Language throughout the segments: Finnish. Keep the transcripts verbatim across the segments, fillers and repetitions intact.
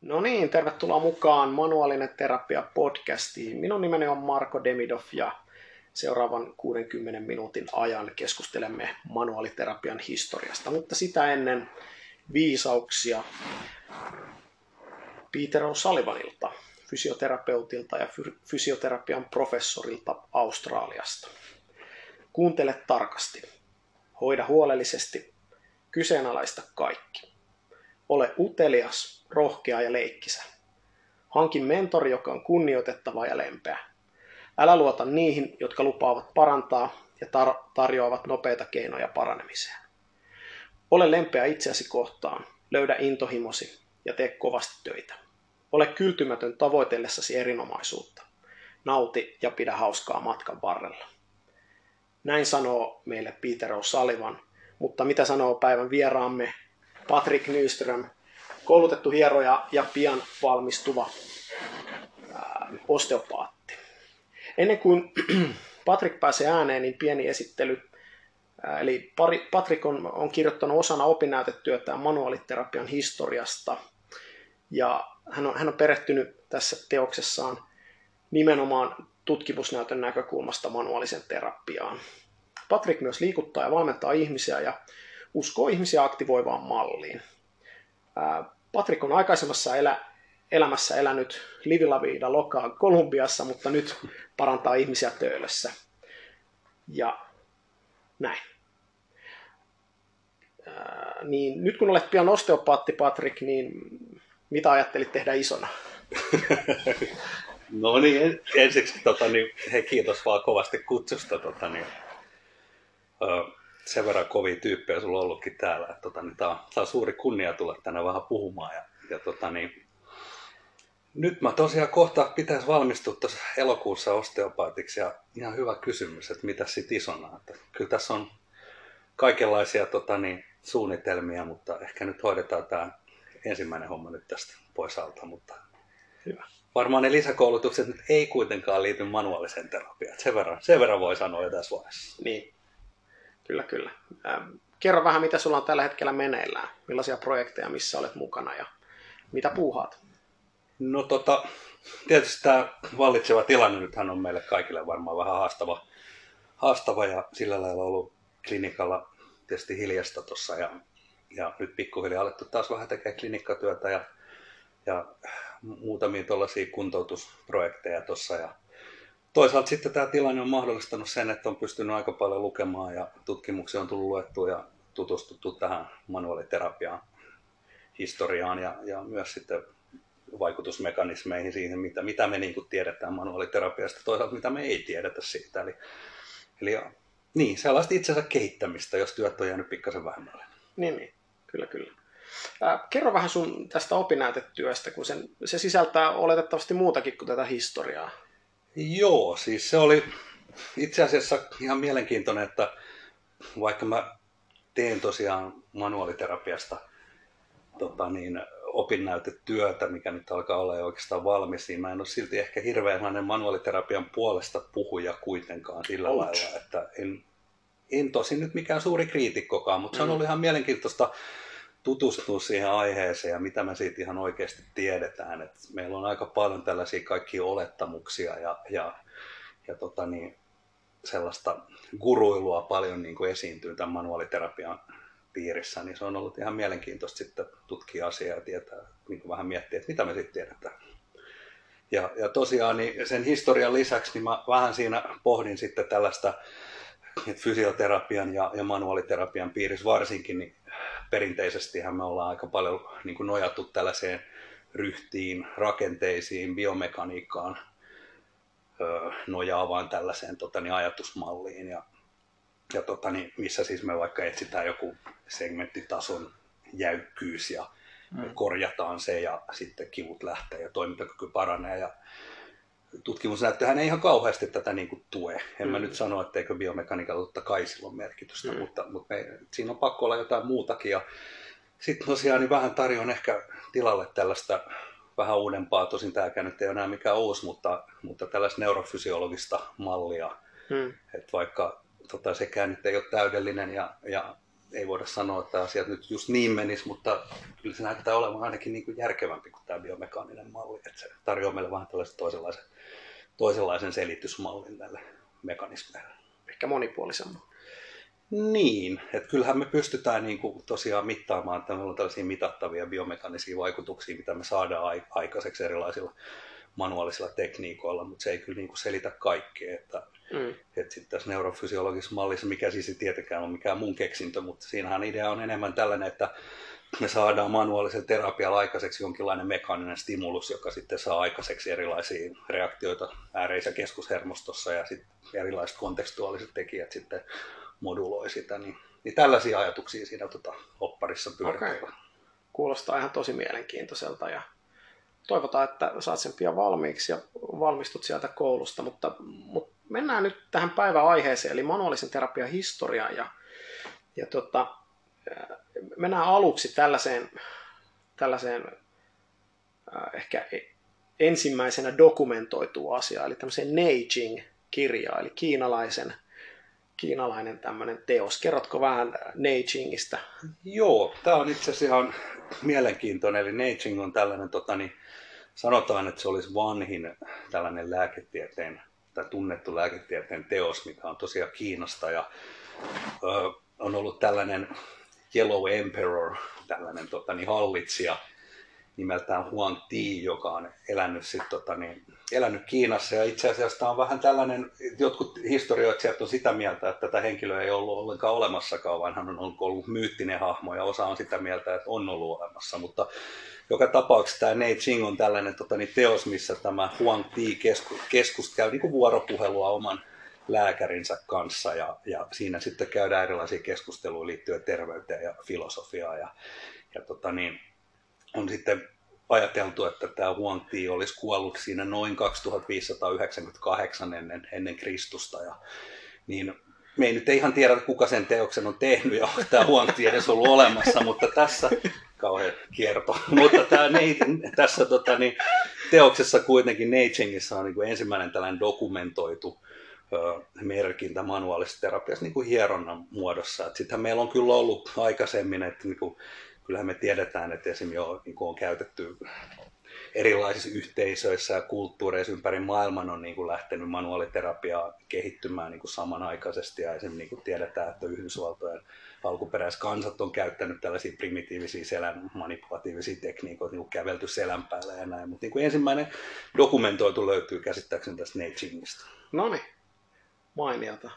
No niin, tervetuloa mukaan Manuaalinen terapia podcastiin. Minun nimeni on Marko Demidov ja seuraavan kuudenkymmenen minuutin ajan keskustelemme manuaaliterapian historiasta. Mutta sitä ennen viisauksia Peter O'Sullivanilta, fysioterapeutilta ja fysioterapian professorilta Australiasta. Kuuntele tarkasti. Hoida huolellisesti. Kyseenalaista kaikki. Ole utelias, rohkea ja leikkisä. Hanki mentori, joka on kunnioitettava ja lempeä. Älä luota niihin, jotka lupaavat parantaa ja tar- tarjoavat nopeita keinoja paranemiseen. Ole lempeä itseäsi kohtaan, löydä intohimosi ja tee kovasti töitä. Ole kyltymätön tavoitellessasi erinomaisuutta. Nauti ja pidä hauskaa matkan varrella. Näin sanoo meille Peter O'Sullivan, mutta mitä sanoo päivän vieraamme Patrick Nyström, koulutettu hieroja ja pian valmistuva ää, osteopaatti. Ennen kuin Patrick pääsee ääneen, niin pieni esittely. Ää, eli Patrick on, on kirjoittanut osana opinnäytetyötään manuaaliterapian historiasta. Ja hän on, hän on perehtynyt tässä teoksessaan nimenomaan tutkimusnäytön näkökulmasta manuaalisen terapiaan. Patrick myös liikuttaa ja valmentaa ihmisiä ja uskoo ihmisiä aktivoivaan malliin. Patrick on aikaisemmassa elä, elämässä elänyt Livi La Vida Locaa Kolumbiassa, mutta nyt parantaa ihmisiä Töölössä. Ja näin. Ää, niin, nyt kun olet pian osteopaatti, Patrick, niin mitä ajattelit tehdä isona? No niin, ensiksi tota, niin, hei, kiitos vaan kovasti kutsusta. Tota, niin, ö, sen verran kovia tyyppejä sulla on ollutkin täällä. Tota, niin, tää, on, tää on suuri kunnia tulla tänään vähän puhumaan. Ja, ja, tota, niin, nyt mä tosiaan kohta pitäisi valmistua tuossa elokuussa osteopaatiksi. Ja ihan hyvä kysymys, että mitä sit isona. Että kyllä tässä on kaikenlaisia tota, niin, suunnitelmia, mutta ehkä nyt hoidetaan tämä ensimmäinen homma nyt tästä pois alta. Mutta hyvä. Varmaan ne lisäkoulutukset nyt ei kuitenkaan liity manuaaliseen terapiaan. Sen verran, sen verran voi sanoa jo tässä vaiheessa. Niin, kyllä, kyllä. Ähm, kerro vähän, mitä sulla on tällä hetkellä meneillään. Millaisia projekteja, missä olet mukana ja mitä puuhaat? No tota, tietysti tämä vallitseva tilanne nythän on meille kaikille varmaan vähän haastava, haastava ja sillä lailla ollut klinikalla tietysti hiljasta tuossa. Ja, ja nyt pikkuhiljaa alettu taas vähän tekemään klinikkatyötä ja, ja muutamia tuollaisia kuntoutusprojekteja tuossa ja toisaalta sitten tämä tilanne on mahdollistanut sen, että on pystynyt aika paljon lukemaan ja tutkimuksia on tullut luettua ja tutustuttu tähän manuaaliterapian historiaan ja, ja myös sitten vaikutusmekanismeihin siihen, mitä, mitä me niin kuin tiedetään manuaaliterapiasta, toisaalta mitä me ei tiedetä siitä. Eli, eli niin, sellaista itsensä kehittämistä, jos työt on jäänyt pikkasen vähemmälle. Niin, niin, kyllä, kyllä. Äh, kerro vähän sun tästä opinnäytetyöstä, kun sen, se sisältää oletettavasti muutakin kuin tätä historiaa. Joo, siis se oli itse asiassa ihan mielenkiintoinen, että vaikka mä teen tosiaan manuaaliterapiasta tota niin, opinnäytetyötä, mikä nyt alkaa olla jo oikeastaan valmis, niin mä en ole silti ehkä hirveän manuaaliterapian puolesta puhuja kuitenkaan sillä Ouch. lailla, että en, en tosin nyt mikään suuri kriitikkokaan, mutta mm. se on ollut ihan mielenkiintoista tutustua siihen aiheeseen ja mitä me siitä ihan oikeasti tiedetään. Et meillä on aika paljon tällaisia kaikkia olettamuksia ja, ja, ja tota niin, sellaista guruilua paljon niin kuin esiintyy tämän manuaaliterapian piirissä, niin se on ollut ihan mielenkiintoista sitten tutkia asiaa ja tietää, niin kuin vähän miettiä, että mitä me siitä tiedetään. Ja, ja tosiaan niin sen historian lisäksi niin mä vähän siinä pohdin sitten tällaista, että fysioterapian ja, ja manuaaliterapian piirissä varsinkin, niin perinteisestihän me ollaan aika paljon niin kuin nojattu tällaiseen ryhtiin, rakenteisiin, biomekaniikkaan öö, nojaavaan tällaiseen tota, niin ajatusmalliin, ja, ja tota, niin, missä siis me vaikka etsitään joku segmenttitason jäykkyys ja mm. korjataan se ja sitten kivut lähtee ja toimintakyky paranee. Ja tutkimusnäyttöhän ei ihan kauheasti tätä niin kuin tue. En mm. mä nyt sano, etteikö biomekaniikalla totta kai sillä on merkitystä, mm. mutta, mutta me, siinä on pakko olla jotain muutakin. Ja sitten tosiaan niin vähän tarjoan ehkä tilalle tällaista vähän uudempaa, tosin tämäkään nyt ei ole enää mikään uusi, mutta, mutta tällaista neurofysiologista mallia. Mm. Että vaikka tota, sekään nyt ei ole täydellinen ja, ja ei voida sanoa, että asiat nyt just niin menis, mutta kyllä se näyttää olevan ainakin niin kuin järkevämpi kuin tämä biomekaaninen malli. Että se tarjoaa meille vähän tällaisen toisenlaisen, toisenlaisen selitysmallin näille mekanismeille. Ehkä monipuolisemman. Niin, että kyllähän me pystytään niin kuin tosiaan mittaamaan, että meillä on tällaisia mitattavia biomekanisia vaikutuksia, mitä me saadaan aikaiseksi erilaisilla manuaalisilla tekniikoilla, mutta se ei kyllä niin kuin selitä kaikkea. Että, mm. että sitten tässä neurofysiologisessa mallissa, mikä siis ei tietenkään ole mikään mun keksintö, mutta siinähän idea on enemmän tällainen, että me saadaan manuaalisella terapialla aikaiseksi jonkinlainen mekaaninen stimulus, joka sitten saa aikaiseksi erilaisia reaktioita ääreis- ja keskushermostossa ja sitten erilaiset kontekstuaaliset tekijät sitten moduloi sitä. Niin, niin tällaisia ajatuksia siinä tota, opparissa pyöritellään. Okay. Kuulostaa ihan tosi mielenkiintoiselta ja toivotaan, että saat sen pian valmiiksi ja valmistut sieltä koulusta, mutta, mutta mennään nyt tähän päivän aiheeseen, eli manuaalisen terapian historiaan ja, ja tota, mennään aluksi tällaiseen, tällaiseen äh, ehkä ensimmäisenä dokumentoituun asiaan, eli tämmöiseen Neijing-kirjaan, eli kiinalaisen, kiinalainen tämmöinen teos. Kerrotko vähän Neijingistä? Joo, tämä on itse asiassa ihan mielenkiintoinen, eli Neijing on tällainen, tota, niin sanotaan, että se olisi vanhin tällainen lääketieteen tai tunnettu lääketieteen teos, mikä on tosiaan Kiinasta ja ö, on ollut tällainen Yellow Emperor, tällainen tota, niin hallitsija nimeltään Huang Ti, joka on elänyt, sit, tota, niin, elänyt Kiinassa. Ja itse asiassa tämä on vähän tällainen, jotkut historioitsijat on sitä mieltä, että tätä henkilöä ei ollut ollenkaan olemassakaan, vaan hän on ollut myyttinen hahmo ja osa on sitä mieltä, että on ollut olemassa. Mutta joka tapauksessa tämä Neijing on tällainen tota, niin teos, missä tämä Huang Ti keskus, keskus käy niin kuin vuoropuhelua oman lääkärinsä kanssa ja, ja siinä sitten käydään erilaisia keskusteluja liittyen terveyteen ja filosofiaan ja, ja tota niin, on sitten ajateltu, että tämä Huang Ti olisi kuollut siinä noin kaksituhattaviisisataayhdeksänkymmentäkahdeksan ennen, ennen Kristusta ja niin me ei nyt ihan tiedä, kuka sen teoksen on tehnyt ja onko tämä Huang Ti edes ollut olemassa, mutta tässä kauhean kierto, mutta tämä, tässä tota, niin, teoksessa kuitenkin Neijingissä on niin kuin ensimmäinen tällainen dokumentoitu merkintä manuaalisessa terapiassa niin kuin hieronnan muodossa. Sittenhän meillä on kyllä ollut aikaisemmin, että niin kuin, kyllähän me tiedetään, että esimerkiksi jo niin kuin on käytetty erilaisissa yhteisöissä ja kulttuureissa ympäri maailman on niin kuin lähtenyt manuaaliterapiaa kehittymään niin kuin samanaikaisesti ja esimerkiksi niin kuin tiedetään, että Yhdysvaltojen alkuperäiskansat on käyttänyt tällaisia primitiivisia selän manipulatiivisia tekniikoita, niin kuin kävelty selän päällä ja näin, mutta niin kuin ensimmäinen dokumentoitu löytyy käsittääkseni tästä Neijingistä. No niin. Mainiota.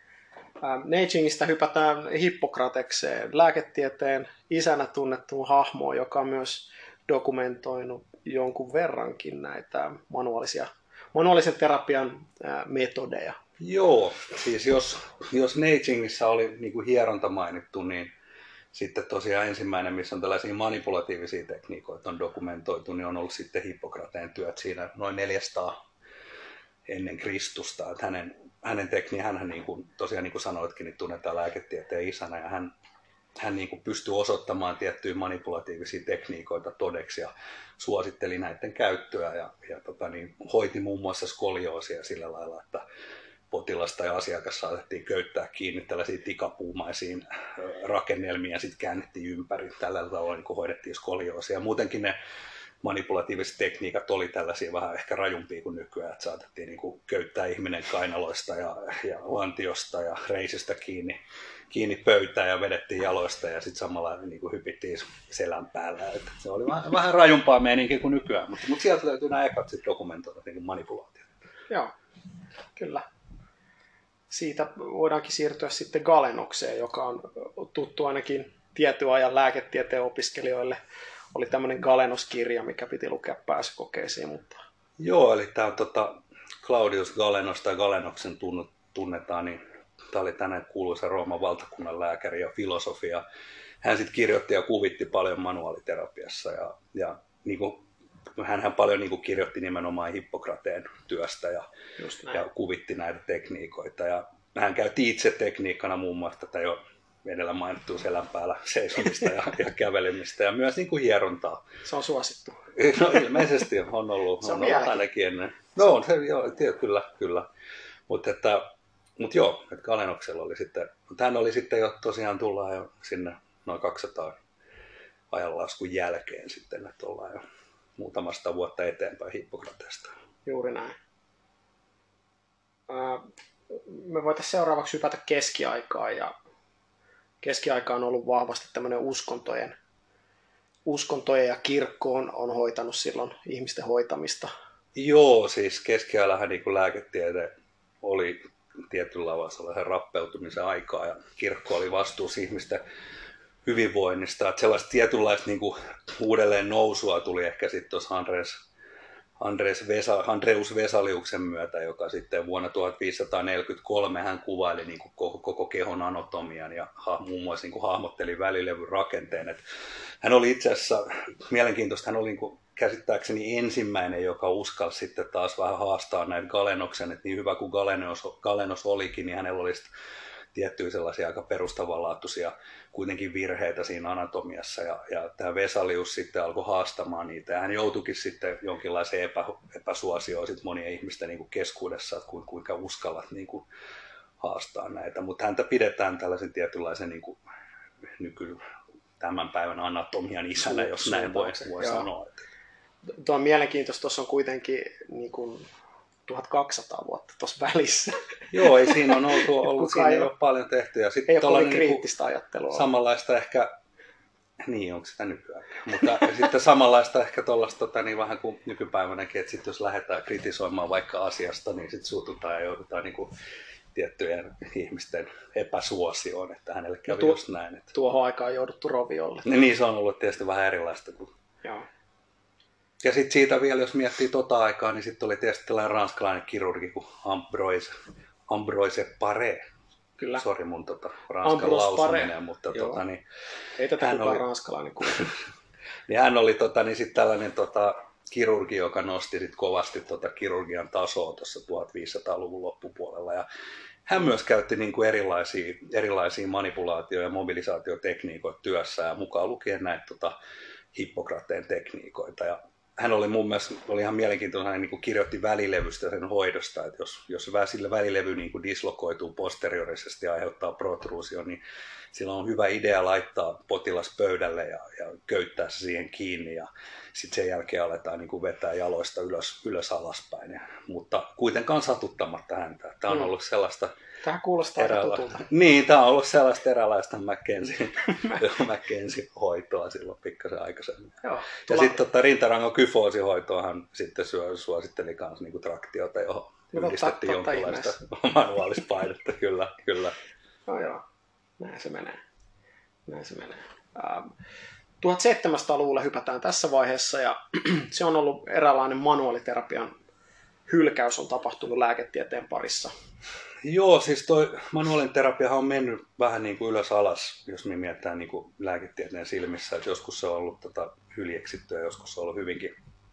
Neijingistä hypätään Hippokratekseen, lääketieteen isänä tunnettuun hahmoon, joka on myös dokumentoinut jonkun verrankin näitä manuaalisia, manuaalisen terapian metodeja. Joo, siis jos, jos Neijingissä oli niin kuin hieronta mainittu, niin sitten tosiaan ensimmäinen, missä on tällaisia manipulatiivisia tekniikoita on dokumentoitu, niin on ollut sitten Hippokrateen työt siinä noin neljäsataa ennen Kristusta. Että hänen, hänen tekniin, hän niin kuin, tosiaan niin kuin sanoitkin, niin tunnetaan lääketieteen isänä ja hän, hän niin kuin pystyy osoittamaan tiettyjä manipulatiivisia tekniikoita todeksi ja suositteli näiden käyttöä ja, ja tota, niin, hoiti muun muassa skolioosia sillä lailla, että potilasta ja asiakas saatettiin köyttää kiinni tällaisiin tikapuumaisiin rakennelmiin ja sitten käännettiin ympäri. Tällä tavalla niin kuin hoidettiin skolioosia. Muutenkin ne manipulatiiviset tekniikat oli tällaisia vähän ehkä rajumpia kuin nykyään, että saatettiin niin kuin köyttää ihminen kainaloista ja, ja lantiosta ja reisistä kiinni, kiinni pöytään ja vedettiin jaloista ja sitten samalla niin kuin hypittiin selän päällä. Että se oli vähän, vähän rajumpaa meininkiä kuin nykyään, mutta, mutta sieltä löytyy nämä ekat dokumentoidut niin manipulaatiot. Joo, kyllä. Siitä voidaankin siirtyä sitten Galenokseen, joka on tuttu ainakin tietyn ajan lääketieteen opiskelijoille. Oli tämmöinen Galenos-kirja, mikä piti lukea pääsykokeisiin. Mutta... Joo, eli tämä on tota, Claudius Galenos tai Galenoksen tunnetaan, niin tämä oli tänään kuuluisa Rooman valtakunnan lääkäri ja filosofia. Hän sitten kirjoitti ja kuvitti paljon manuaaliterapiassa ja, ja niin kuin, hänhän paljon niin kuin kirjoitti nimenomaan Hippokrateen työstä ja, ja kuvitti näitä tekniikoita. Ja hän käytti itse tekniikkana muun muassa tätä jo edellä mainittua selän päällä seisomista ja, ja kävelemistä ja myös niin kuin hierontaa. Se on suosittu. No ilmeisesti on ollut, se on on ollut ainakin ennen. No on se, joo, tiedä, kyllä, kyllä. Mutta että Mutta joo, että Galenoksella oli sitten, mutta hän oli sitten jo tosiaan tullaan jo sinne noin kaksisataa ajanlaskun jälkeen sitten, että ollaan jo muutamasta vuotta eteenpäin Hippokratesta. Juuri näin. Me voitaisiin seuraavaksi hypätä keskiaikaan, ja keskiaika on ollut vahvasti tämmöinen uskontojen, uskontojen ja kirkko on, on hoitanut silloin ihmisten hoitamista. Joo, siis keskiajallahan niin lääketiede oli tietyllä tavalla sellaisen rappeutumisen aikaa ja kirkko oli vastuussa ihmisten hyvinvoinnista. Että sellaista tietynlaista niin kuin uudelleen nousua tuli ehkä sitten tuossa Andres, Andres Vesa, Andreus Vesaliuksen myötä, joka sitten vuonna tuhatviisisataaneljäkymmentäkolme hän kuvaili niin kuin koko, koko kehon anatomian ja ha, muun muassa niin kuin hahmotteli välilevyn rakenteen. Et hän oli itse asiassa mielenkiintoista, hän oli niin kuin käsittääkseni ensimmäinen, joka uskalsi sitten taas vähän haastaa näitä Galenoksen, että niin hyvä kuin Galenos, Galenos olikin, niin hänellä oli tiettyjä sellaisia aika perustavanlaatuisia kuitenkin virheitä siinä anatomiassa, ja, ja tämä Vesalius sitten alkoi haastamaan niitä, ja hän joutuikin sitten jonkinlaiseen epä, epäsuosioon sit monien ihmisten niin kuin keskuudessa, että kuinka uskallat niin kuin haastaa näitä, mutta häntä pidetään tällaisen tietynlaisen niin kuin nyky, tämän päivän anatomian isänä, jos näin voi, voi sanoa. Tuo on mielenkiintoista, tuossa on kuitenkin niin kuin tuhatkaksisataa vuotta tuossa välissä. Joo, ei siinä on oltu, ollut siinä ei ole paljon tehty. Ja ei ole kovin kriittistä niin ajattelua. Samanlaista ehkä, niin onko sitä nykyään, mutta sitten samanlaista ehkä tuollaista tota, niin vähän kuin nykypäivänäkin, että sitten jos lähdetään kritisoimaan vaikka asiasta, niin sitten suututaan ja joudutaan niin kuin tiettyjen ihmisten epäsuosioon, että hänelle kävi no tuo, just näin. Että tuohon aikaan on jouduttu roviolle. Niin, se on ollut tietysti vähän erilaista kuin. Joo. Ja sitten siitä vielä, jos miettii tota aikaa, niin sitten oli tietysti tällainen ranskalainen kirurgi kuin Ambroise, Ambroise Paré. Kyllä. Sori mun tota, ranskan lausuminen, mutta tota, niin, ei tätä kukaan oli ranskalainen kuin. Niin hän oli tota, niin sit tällainen tota, kirurgi, joka nosti sit kovasti tota, kirurgian tasoa tuossa tuhatviisisataaluvun loppupuolella. Ja hän myös käytti niin kuin erilaisia, erilaisia manipulaatio- ja mobilisaatiotekniikoita työssä, ja mukaan lukien näitä tota, Hippokrateen tekniikoita. Ja hän oli mun mielestä oli ihan mielenkiintoinen, hän niin kuin kirjoitti välilevystä sen hoidosta, että jos, jos sillä välilevy niin kuin dislokoituu posteriorisesti ja aiheuttaa protruusion, niin silloin on hyvä idea laittaa potilas pöydälle ja, ja köyttää se siihen kiinni, ja sitten sen jälkeen aletaan niin kuin vetää jaloista ylös, ylös alaspäin, ja, mutta kuitenkaan satuttamatta häntä. Tämä on ollut sellaista. Tämä kuulostaa aika tutulta. Niin, tämä on ollut sellaista eräänlaista McKenzie, McKenzie hoitoa silloin pikkasen aikaisemmin. Joo, ja sitten tota, rintarangon kyfoosihoitoahan sitten suositteli myös niinku traktiota, johon yhdistettiin jonkinlaista manuaalispainetta. Kyllä, kyllä. No joo, näin se menee. Näin se menee. Ähm, tuhatseitsemänsataaluvulle hypätään tässä vaiheessa, ja se on ollut eräänlainen manuaaliterapian hylkäys on tapahtunut lääketieteen parissa. Joo, siis toi manuaalinen terapiahan on mennyt vähän niin kuin ylös alas, jos me mietitään niin kuin lääketieteen silmissä, että joskus se on ollut tota hyljeksitty ja joskus se on ollut hyvinkin,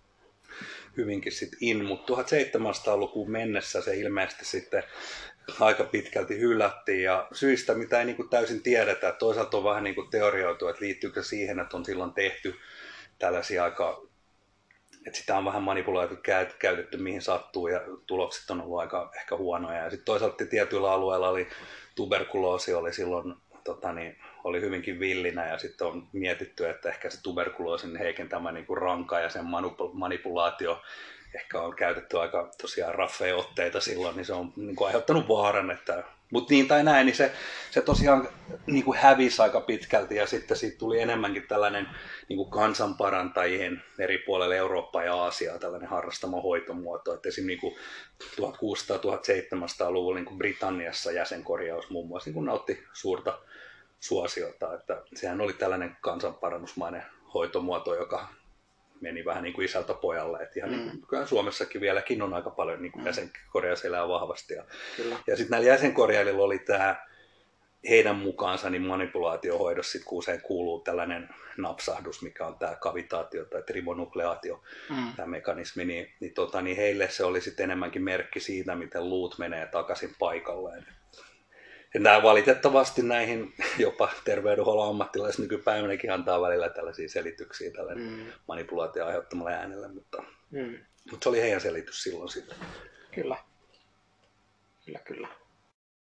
hyvinkin sit in, mutta tuhatseitsemänsataalukuun mennessä se ilmeisesti sitten aika pitkälti hylättiin, ja syistä, mitä ei niin kuin täysin tiedetä, että toisaalta on vähän niin kuin teorioitu, että liittyykö siihen, että on silloin tehty tällaisia aika, että sitä on vähän manipuloitu, käytetty mihin sattuu, ja tulokset on ollut aika ehkä huonoja. Ja sitten toisaalta tietyillä alueilla oli tuberkuloosi, oli silloin tota niin, oli hyvinkin villinä, ja sitten on mietitty, että ehkä se tuberkuloosin heikentämä niin kuin ranka ja sen manipulaatio ehkä on käytetty aika tosiaan raffeja otteita silloin, niin se on niin kuin aiheuttanut vaaran, että mutta niin tai näin, niin se, se tosiaan niin kuin hävisi aika pitkälti, ja sitten siitä tuli enemmänkin tällainen niin kuin kansanparantajien eri puolille Eurooppaa ja Aasiaa tällainen harrastama hoitomuoto. Että esimerkiksi niin tuhatkuusisataa-tuhatseitsemänsataa-luvulla niin kuin Britanniassa jäsenkorjaus muun muassa niin kuin nautti suurta suosiota. Että sehän oli tällainen kansanparannusmainen hoitomuoto, joka meni vähän niin kuin isältä pojalle. Että ihan mm. niin kuin, Suomessakin vieläkin on aika paljon niin kuin jäsenkorjaus elää vahvasti. Ja, ja sitten näillä jäsenkorjaajilla oli tämä heidän mukaansa niin manipulaatiohoidossa, sit, kun usein kuuluu tällainen napsahdus, mikä on tämä kavitaatio tai tribonukleaatio, mm. tämä mekanismi, niin, niin, tota, niin heille se oli sitten enemmänkin merkki siitä, miten luut menee takaisin paikalleen. Ja nämä valitettavasti näihin jopa terveydenhuollon ammattilaiset nykypäivänäkin antaa välillä tällaisia selityksiä tällä mm. manipulaation aiheuttamalla äänellä, mutta, mm. mutta se oli heidän selitys silloin siitä. Kyllä, kyllä, kyllä.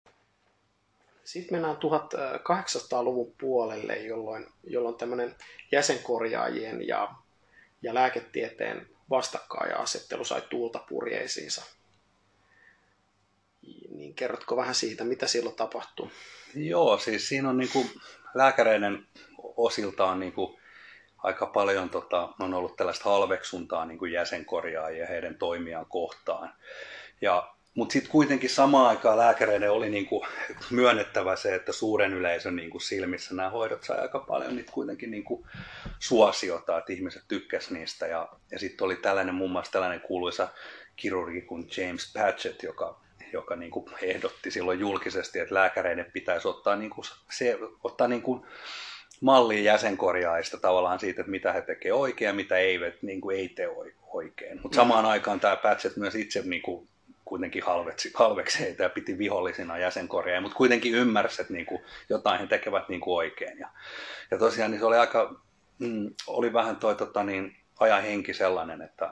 Sitten mennään tuhatkahdeksansataaluvun puolelle, jolloin, jolloin tämmöinen jäsenkorjaajien ja, ja lääketieteen vastakkainasettelu sai tuulta purjeisiinsa. Niin kerrotko vähän siitä, mitä silloin tapahtui? Joo, siis siinä on niinku lääkäreiden osiltaan niinku aika paljon tota, on ollut tällaista halveksuntaa niinku jäsenkorjaajia heidän toimiaan kohtaan. Ja mutta sitten kuitenkin samaan aikaan lääkäreiden oli niinku myönnettävä se, että suuren yleisön niinku silmissä nämä hoidot sai aika paljon niitä kuitenkin niinku suosiota, että ihmiset tykkäsivät niistä. Ja, ja sitten oli tällainen muun muassa tällainen kuuluisa kirurgi kuin James Patchett, joka, joka niinku ehdotti silloin julkisesti, että lääkäreiden pitäisi ottaa, niinku se, ottaa niinku mallia jäsenkorjaajista tavallaan siitä, että mitä he tekevät oikein ja mitä eivät, niinku ei tee oikein. Mutta samaan aikaan tämä Patchett myös itse niinku kuitenkin halveksi, halveksi heitä ja piti vihollisina jäsenkorjaajia, mutta kuitenkin ymmärsi, että niinku jotain he tekevät niinku oikein. Ja, ja tosiaan niin se oli aika, mm, oli vähän toi tota, niin, ajan henki sellainen, että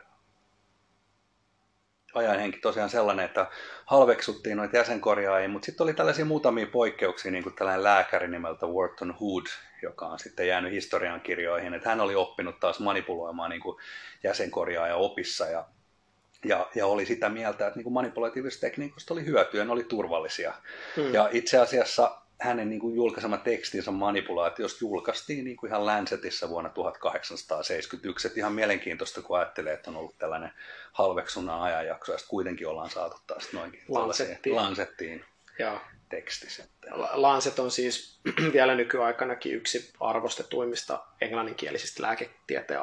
ajan henki tosiaan sellainen, että halveksuttiin noita jäsenkorjaajia, mutta sitten oli tällaisia muutamia poikkeuksia, niin kuin tällainen lääkäri nimeltä Wharton Hood, joka on sitten jäänyt historiankirjoihin, että hän oli oppinut taas manipuloimaan niin kuin jäsenkorjaaja opissa ja Ja, ja oli sitä mieltä, että niin manipulatiivisista tekniikoista oli hyötyä ja ne oli turvallisia. Hmm. Ja itse asiassa hänen niin kuin julkaisema tekstinsä manipulaatiosta julkaistiin niin kuin ihan Lancetissa vuonna tuhatkahdeksansataaseitsemänkymmentäyksi. Että ihan mielenkiintoista, kun ajattelee, että on ollut tällainen halveksunnan ajanjakso ja sitten kuitenkin ollaan saatu taas noinkin Lancettiin, Lancettiin teksti sitten. Lancet on siis vielä nykyaikanakin yksi arvostetuimmista englanninkielisistä lääketieteen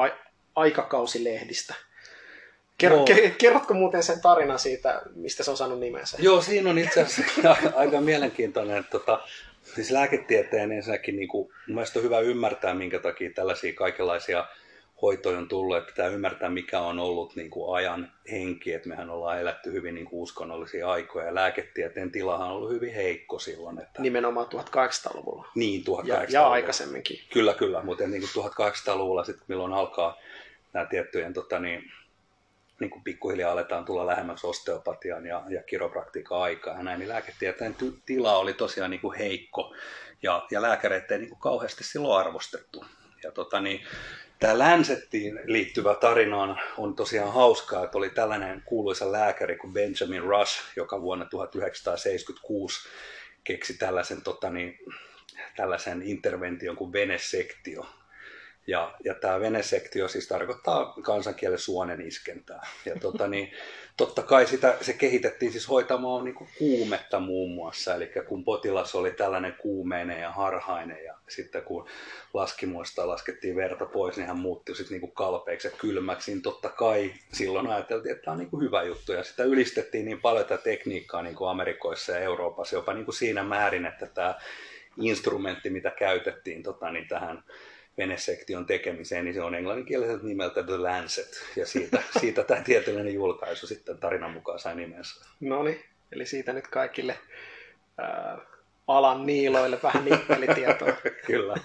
aikakausilehdistä. Kerro, kerrotko muuten sen tarinan siitä, mistä se on saanut nimensä? Joo, siinä on itse asiassa aika mielenkiintoinen. Että, tota, siis lääketieteen ensinnäkin niin kuin, mun mielestä on hyvä ymmärtää, minkä takia tällaisia kaikenlaisia hoitoja on tullut. Että pitää ymmärtää, mikä on ollut niin kuin ajan henki. Että mehän ollaan eletty hyvin niin kuin uskonnollisia aikoja. Ja lääketieteen tilahan on ollut hyvin heikko silloin. Että... Nimenomaan tuhatkahdeksansataaluvulla. Niin, tuhatkahdeksansataaluvulla. Ja, ja aikaisemminkin. Kyllä, kyllä. Mutta niin kuin tuhatkahdeksansataaluvulla, sit, milloin alkaa nämä tiettyjen... Tota, niin, niin kuin pikkuhiljaa aletaan tulla lähemmäksi osteopatian ja, ja kiropraktiikan aikaa ja näin, niin lääketieteen ty- tila oli tosiaan niin kuin heikko ja, ja lääkäreitä ei niin kuin kauheasti silloin arvostettu. Ja tota, niin, tämä Lancettiin liittyvä tarina on, on tosiaan hauskaa, että oli tällainen kuuluisa lääkäri kuin Benjamin Rush, joka vuonna tuhatyhdeksänsataaseitsemänkymmentäkuusi keksi tällaisen, tota, niin, tällaisen intervention kuin venesektio. Ja, ja tämä venesektio siis tarkoittaa kansankielen suonen iskentää. Ja tota, niin, totta kai sitä, se kehitettiin siis hoitamaan niin kuin kuumetta muun muassa. Eli kun potilas oli tällainen kuumeinen ja harhainen ja sitten kun laskimuista laskettiin verta pois, niin hän muuttui sitten niin kuin kalpeiksi ja kylmäksi. Niin totta kai silloin ajateltiin, että tämä on niin kuin hyvä juttu. Ja sitä ylistettiin niin paljon tätä tekniikkaa niin kuin Amerikoissa ja Euroopassa, jopa niin kuin siinä määrin, että tämä instrumentti, mitä käytettiin tota, niin tähän venesektion tekemiseen, niin se on englanninkieliseltä nimeltä The Lancet, ja siitä, siitä tämä tieteellinen julkaisu sitten tarinan mukaan sai nimensä. No niin, eli siitä nyt kaikille ää, alan niiloille vähän nippelitietoa. Kyllä.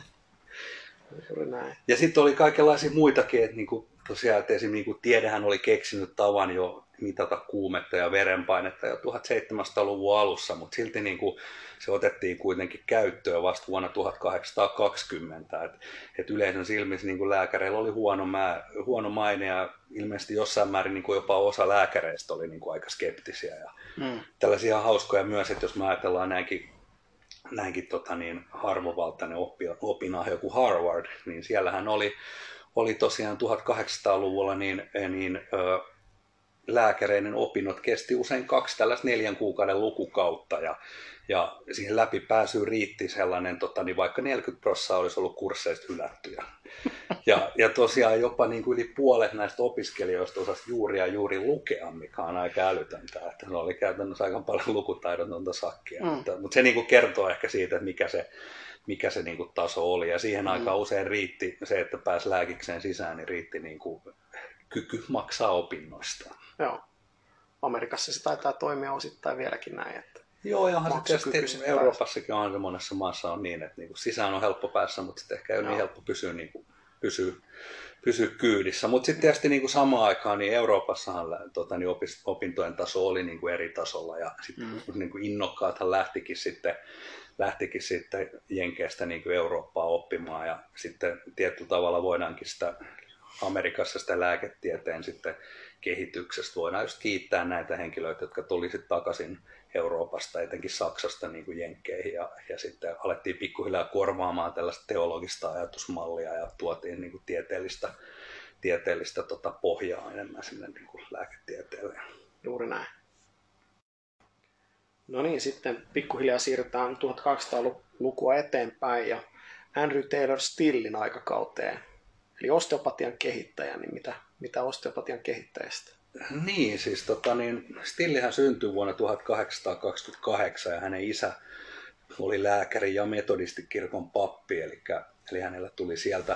Juuri näin. Ja sitten oli kaikenlaisia muitakin, että niinku, tosiaan, että esimerkiksi niinku tiedehän oli keksinyt tavan jo mitata kuumetta ja verenpainetta jo tuhatseitsemänsataaluvun alussa, mutta silti niinku se otettiin kuitenkin käyttöön vasta vuonna tuhatkahdeksansataakaksikymmentä. Et, et yleisön silmissä niinku lääkäreillä oli huono, mä, huono maine ja ilmeisesti jossain määrin niinku jopa osa lääkäreistä oli niinku aika skeptisiä. Ja mm. Tällaisia hauskoja myös, että jos me ajatellaan näinkin, näinkin tota niin, harvovaltainen opinahjo kuin Harvard, niin siellähän oli, oli tosiaan tuhatkahdeksansataaluvulla niin, niin ö, lääkäreiden opinnot kesti usein kaksi tällaista neljän kuukauden lukukautta ja, ja siihen läpipääsyyn riitti sellainen, tota, niin vaikka neljäkymmentä prosenttia olisi ollut kursseista hylättyjä. Ja, ja tosiaan jopa niin kuin yli puolet näistä opiskelijoista osasi juuri ja juuri lukea, mikä on aika älytöntä. Että se oli käytännössä aika paljon lukutaidotonta sakkia. Mm. Mutta, mutta se niin kuin kertoo ehkä siitä, että mikä se, mikä se niin kuin taso oli. Ja siihen mm. aikaan usein riitti se, että pääsi lääkikseen sisään, niin riitti niin kuin kyky maksaa opinnoista. Joo. Amerikassa se taitaa toimia osittain vieläkin näin. Että joo, ja tietysti Euroopassakin on aika monessa maassa on niin, että niinku sisään on helppo päässä, mutta sitten ehkä ei ole niin helppo pysyä niinku pysyä, pysyä kyydissä. Mutta sitten tietysti niin kuin samaan aikaan niin Euroopassahan tota, niin opintojen taso oli niin kuin eri tasolla ja sitten mm. niin kuin innokkaathan lähtikin sitten, lähtikin sitten Jenkeistä niin kuin Eurooppaa oppimaan ja sitten tietyllä tavalla voidaankin sitä Amerikassa sitä lääketieteen sitten kehityksestä voidaan just kiittää näitä henkilöitä, jotka tuli sitten takaisin Euroopasta, etenkin Saksasta niin kuin Jenkkeihin ja, ja sitten alettiin pikkuhiljaa korvaamaan tällaista teologista ajatusmallia ja tuotiin niin kuin tieteellistä, tieteellistä tota pohjaa enemmän sinne niin kuin lääketieteelle. Juuri näin. No niin, sitten pikkuhiljaa siirrytään tuhatkahdeksansataalukua eteenpäin ja Andrew Taylor Stillin aikakauteen. Eli osteopatian kehittäjä, niin mitä, mitä osteopatian kehittäjästä? Niin, siis tota, niin, Stillihän syntyi vuonna tuhatkahdeksansataakaksikymmentäkahdeksan ja hänen isä oli lääkäri ja metodistikirkon pappi, eli, eli hänellä tuli sieltä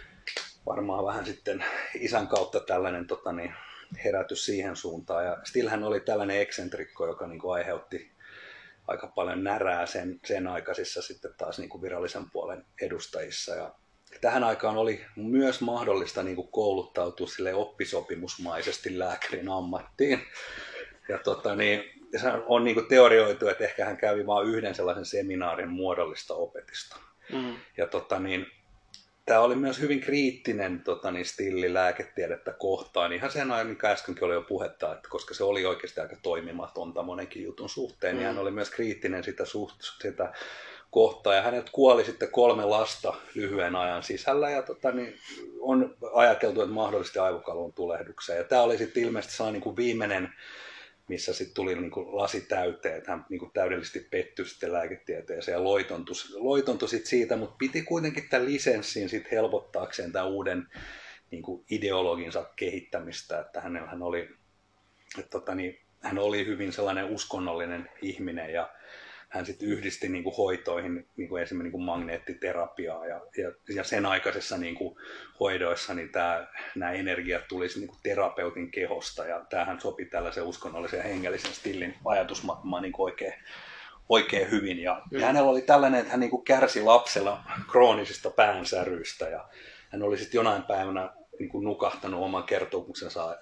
varmaan vähän sitten isän kautta tällainen tota, niin, herätys siihen suuntaan. Ja Stillhän oli tällainen eksentrikko, joka niin kuin aiheutti aika paljon närää sen, sen aikaisissa sitten taas niin kuin virallisen puolen edustajissa. Ja tähän aikaan oli myös mahdollista niin kuin kouluttautua sille oppisopimusmaisesti lääkärin ammattiin. Ja tota, niin, on niin kuin teorioitu, että ehkä hän kävi vain yhden sellaisen seminaarin muodollista opetista. Mm. Ja tota, niin, tämä oli myös hyvin kriittinen tota, niin Stilli lääketiedettä kohtaan. Ihan sen ajan, mikä äskenkin oli jo puhetta, että koska se oli oikeasti aika toimimatonta monenkin jutun suhteen, mm. niin hän oli myös kriittinen sitä, suht, sitä kohtaa. Ja hänet kuoli sitten kolme lasta lyhyen ajan sisällä ja tota, niin on ajateltu, että mahdollisesti aivokalvon tulehdukseen. Ja tämä oli sitten ilmeisesti sellainen niin kuin viimeinen, missä sitten tuli niin kuin lasi täyteen, että hän niin kuin täydellisesti pettyi sitten lääketieteeseen ja loitontui, loitontui sitten siitä, mutta piti kuitenkin tämän lisenssin sitten helpottaakseen tämän uuden niin kuin ideologinsa kehittämistä, että hänellähän oli, että tota, niin, hän oli hyvin sellainen uskonnollinen ihminen ja hän sitten yhdisti niin kuin hoitoihin niin kuin esimerkiksi niin kuin magneettiterapiaa ja, ja, ja sen aikaisessa niin kuin hoidoissa niin tämä, nämä energiat tulisi niin kuin terapeutin kehosta ja tämähän sopi tällaisen uskonnollisen ja hengellisen Stillin ajatusmaailmaan niin kuin oikein, oikein hyvin. Ja, mm. ja hänellä oli tällainen, että hän niin kuin kärsi lapsella kroonisista päänsäryistä ja hän oli sitten jonain päivänä niin kuin nukahtanut oman kertomuksensa